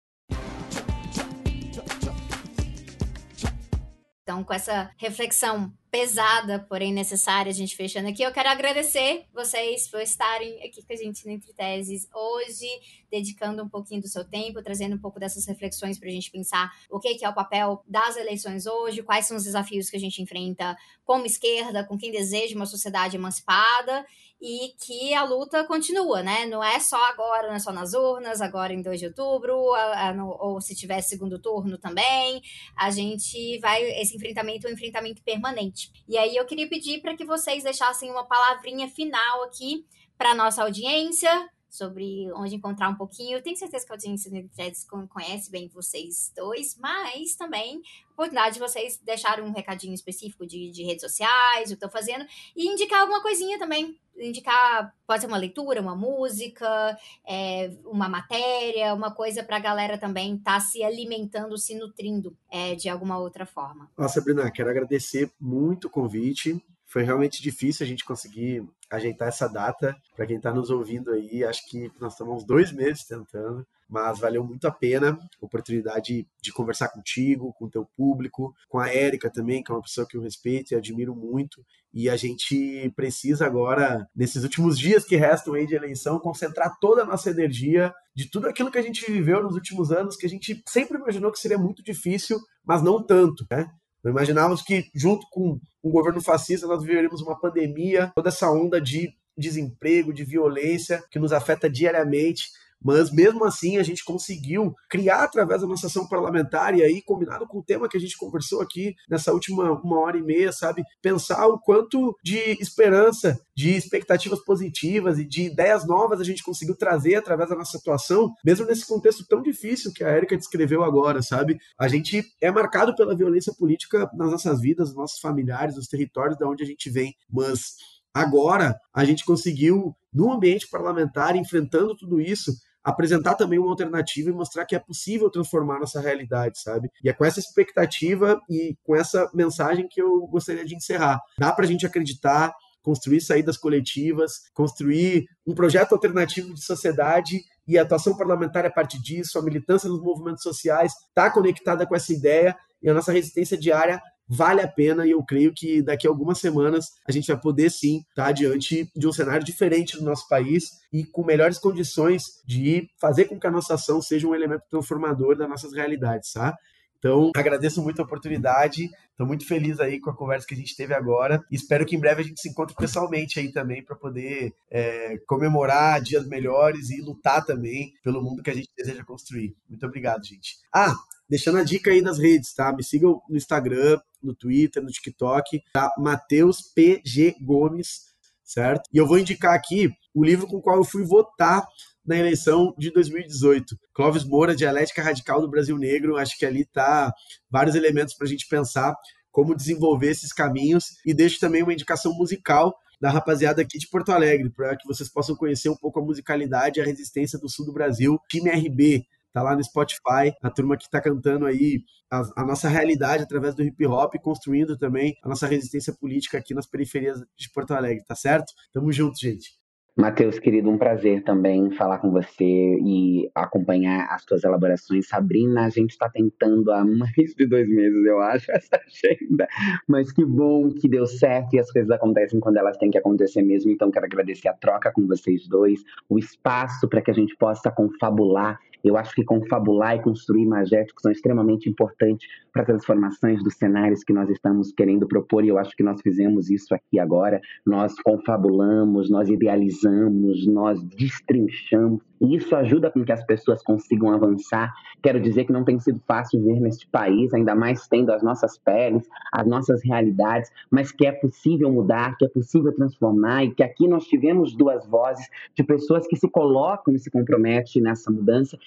Então, com essa reflexão pesada, porém necessária, a gente fechando aqui, eu quero agradecer vocês por estarem aqui com a gente no Entre Teses hoje, dedicando um pouquinho do seu tempo, trazendo um pouco dessas reflexões para a gente pensar o que é o papel das eleições hoje, quais são os desafios que a gente enfrenta como esquerda, com quem deseja uma sociedade emancipada, e que a luta continua, né? Não é só agora, não é só nas urnas, agora em dois de outubro, a, a, no, ou se tiver segundo turno também, a gente vai, esse enfrentamento é um enfrentamento permanente. E aí eu queria pedir para que vocês deixassem uma palavrinha final aqui para a nossa audiência, sobre onde encontrar um pouquinho. Eu tenho certeza que a audiência do Entre Teses conhece bem vocês dois, mas também a oportunidade de vocês deixarem um recadinho específico de, de redes sociais, o que estão fazendo, e indicar alguma coisinha também. Indicar, pode ser uma leitura, uma música, é, uma matéria, uma coisa para a galera também estar tá se alimentando, se nutrindo é, de alguma outra forma. Nossa, Sabrina, quero agradecer muito o convite. Foi realmente difícil a gente conseguir ajeitar essa data. Para quem está nos ouvindo aí, acho que nós estamos uns dois meses tentando, mas valeu muito a pena a oportunidade de conversar contigo, com o teu público, com a Érica também, que é uma pessoa que eu respeito e admiro muito. E a gente precisa agora, nesses últimos dias que restam aí de eleição, concentrar toda a nossa energia de tudo aquilo que a gente viveu nos últimos anos, que a gente sempre imaginou que seria muito difícil, mas não tanto, né? Não imaginávamos que, junto com um governo fascista, nós viveríamos uma pandemia, toda essa onda de desemprego, de violência que nos afeta diariamente. Mas, mesmo assim, a gente conseguiu criar, através da nossa ação parlamentar, e aí, combinado com o tema que a gente conversou aqui nessa última uma hora e meia, sabe? Pensar o quanto de esperança, de expectativas positivas e de ideias novas a gente conseguiu trazer através da nossa atuação, mesmo nesse contexto tão difícil que a Érica descreveu agora, sabe? A gente é marcado pela violência política nas nossas vidas, nos nossos familiares, nos territórios de onde a gente vem, mas agora a gente conseguiu, no ambiente parlamentar, enfrentando tudo isso, apresentar também uma alternativa e mostrar que é possível transformar nossa realidade, sabe? E é com essa expectativa e com essa mensagem que eu gostaria de encerrar. Dá pra gente acreditar, construir saídas coletivas, construir um projeto alternativo de sociedade, e a atuação parlamentar é parte disso, a militância nos movimentos sociais está conectada com essa ideia, e a nossa resistência diária vale a pena, e eu creio que daqui a algumas semanas a gente vai poder sim estar diante de um cenário diferente no nosso país e com melhores condições de fazer com que a nossa ação seja um elemento transformador das nossas realidades, tá? Então, agradeço muito a oportunidade, estou muito feliz aí com a conversa que a gente teve agora, e espero que em breve a gente se encontre pessoalmente aí também para poder é, comemorar dias melhores e lutar também pelo mundo que a gente deseja construir. Muito obrigado, gente. Ah, deixando a dica aí das redes, tá? Me sigam no Instagram, no Twitter, no TikTok, tá? Matheus P G Gomes, certo? E eu vou indicar aqui o livro com o qual eu fui votar na eleição de dois mil e dezoito. Clóvis Moura, Dialética Radical do Brasil Negro. Acho que ali tá vários elementos para a gente pensar como desenvolver esses caminhos. E deixo também uma indicação musical da rapaziada aqui de Porto Alegre, para que vocês possam conhecer um pouco a musicalidade e a resistência do sul do Brasil. Time R B, tá lá no Spotify, a turma que tá cantando aí a, a nossa realidade através do hip hop, construindo também a nossa resistência política aqui nas periferias de Porto Alegre, tá certo? Tamo junto, gente. Matheus, querido, um prazer também falar com você e acompanhar as tuas elaborações. Sabrina, a gente está tentando há mais de dois meses, eu acho, essa agenda, mas que bom que deu certo e as coisas acontecem quando elas têm que acontecer mesmo. Então, quero agradecer a troca com vocês dois, o espaço para que a gente possa confabular. Eu acho que confabular e construir imagéticos são extremamente importantes para transformações dos cenários que nós estamos querendo propor, e eu acho que nós fizemos isso aqui agora. Nós confabulamos, nós idealizamos, nós destrinchamos, e isso ajuda com que as pessoas consigam avançar. Quero dizer que não tem sido fácil viver neste país, ainda mais tendo as nossas peles, as nossas realidades, mas que é possível mudar, que é possível transformar, e que aqui nós tivemos duas vozes de pessoas que se colocam e se comprometem nessa mudança,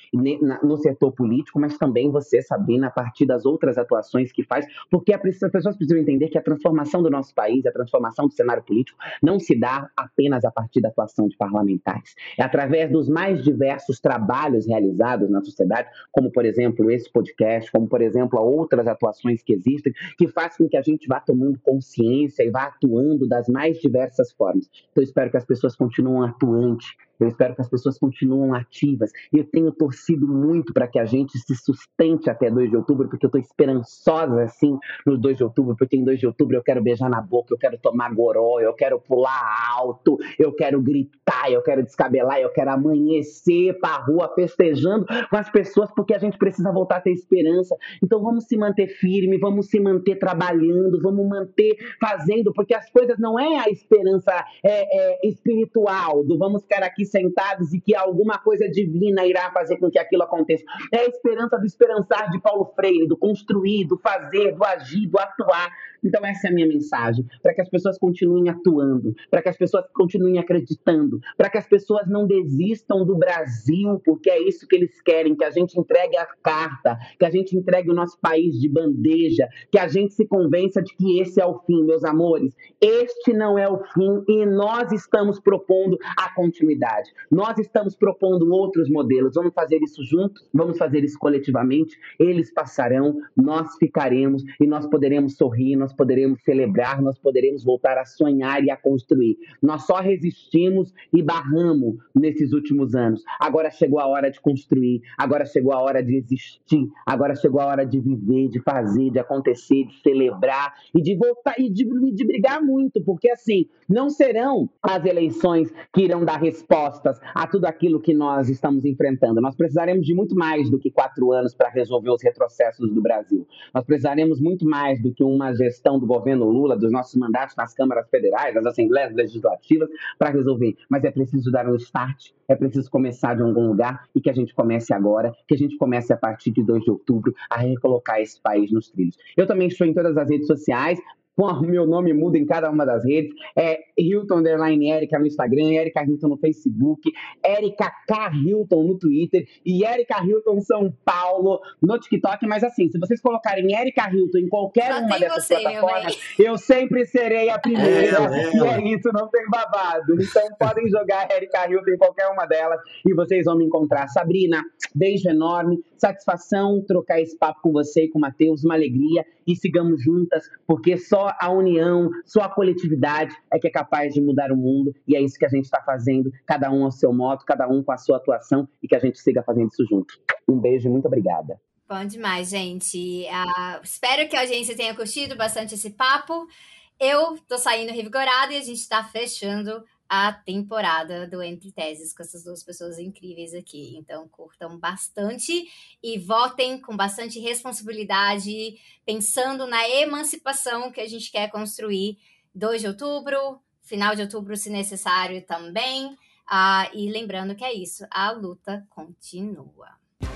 no setor político, mas também você, Sabrina, a partir das outras atuações que faz, porque as pessoas precisam entender que a transformação do nosso país, a transformação do cenário político, não se dá apenas a partir da atuação de parlamentares. É através dos mais diversos trabalhos realizados na sociedade, como, por exemplo, esse podcast, como, por exemplo, outras atuações que existem, que faz com que a gente vá tomando consciência e vá atuando das mais diversas formas. Então, eu espero que as pessoas continuem atuantes, eu espero que as pessoas continuem ativas. Eu tenho torcido muito para que a gente se sustente até dois de outubro, porque eu estou esperançosa, assim, no dois de outubro, porque em dois de outubro eu quero beijar na boca, eu quero tomar goró, eu quero pular alto, eu quero gritar, eu quero descabelar, eu quero amanhecer para a rua festejando com as pessoas, porque a gente precisa voltar a ter esperança. Então vamos se manter firme, vamos se manter trabalhando, vamos manter fazendo, porque as coisas não é a esperança é, é, espiritual, do vamos ficar aqui sentados e que alguma coisa divina irá fazer com que aquilo aconteça. É a esperança do esperançar de Paulo Freire, do construir, do fazer, do agir, do atuar. Então essa é a minha mensagem, para que as pessoas continuem atuando, para que as pessoas continuem acreditando, para que as pessoas não desistam do Brasil, porque é isso que eles querem, que a gente entregue a carta, que a gente entregue o nosso país de bandeja, que a gente se convença de que esse é o fim, meus amores. Este não é o fim e nós estamos propondo a continuidade. Nós estamos propondo outros modelos. Vamos fazer isso juntos, vamos fazer isso coletivamente. Eles passarão, nós ficaremos e nós poderemos sorrir, nós poderemos celebrar, nós poderemos voltar a sonhar e a construir. Nós só resistimos e barramos nesses últimos anos. Agora chegou a hora de construir, agora chegou a hora de existir, agora chegou a hora de viver, de fazer, de acontecer, de celebrar e de voltar e de, de brigar muito, porque assim, não serão as eleições que irão dar respostas a tudo aquilo que nós estamos enfrentando. Nós precisaremos de muito mais do que quatro anos para resolver os retrocessos do Brasil. Nós precisaremos muito mais do que uma gestão do governo Lula, dos nossos mandatos nas câmaras federais, nas assembleias legislativas, para resolver. Mas é preciso dar um start, é preciso começar de algum lugar e que a gente comece agora, que a gente comece a partir de dois de outubro a recolocar esse país nos trilhos. Eu também estou em todas as redes sociais, o meu nome muda em cada uma das redes, é Hilton Underline Erika no Instagram, Erika Hilton no Facebook, Erika K. Hilton no Twitter e Erika Hilton São Paulo no TikTok, mas assim, se vocês colocarem Erika Hilton em qualquer Só uma dessas você, plataformas, eu sempre serei a primeira, É, é, e é isso, não tem babado. Então podem jogar Erika Hilton em qualquer uma delas e vocês vão me encontrar. Sabrina, beijo enorme, satisfação trocar esse papo com você e com o Matheus, uma alegria, e sigamos juntas, porque só a união, só a coletividade é que é capaz de mudar o mundo, e é isso que a gente está fazendo, cada um ao seu modo, cada um com a sua atuação, e que a gente siga fazendo isso junto. Um beijo e muito obrigada. Bom demais, gente. Uh, espero que a audiência tenha curtido bastante esse papo. Eu tô saindo revigorada e a gente tá fechando a temporada do Entre Teses com essas duas pessoas incríveis aqui. Então, curtam bastante e votem com bastante responsabilidade, pensando na emancipação que a gente quer construir dois de outubro, final de outubro, se necessário também. Ah, e lembrando que é isso, a luta continua.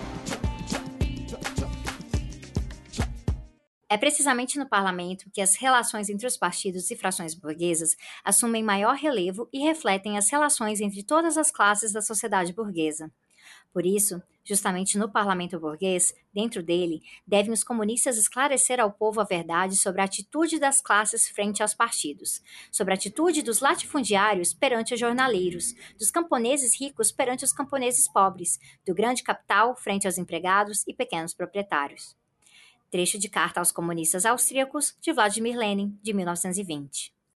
É precisamente no parlamento que as relações entre os partidos e frações burguesas assumem maior relevo e refletem as relações entre todas as classes da sociedade burguesa. Por isso, justamente no parlamento burguês, dentro dele, devem os comunistas esclarecer ao povo a verdade sobre a atitude das classes frente aos partidos, sobre a atitude dos latifundiários perante os jornaleiros, dos camponeses ricos perante os camponeses pobres, do grande capital frente aos empregados e pequenos proprietários. Trecho de Carta aos Comunistas Austríacos, de Vladimir Lenin, de mil novecentos e vinte.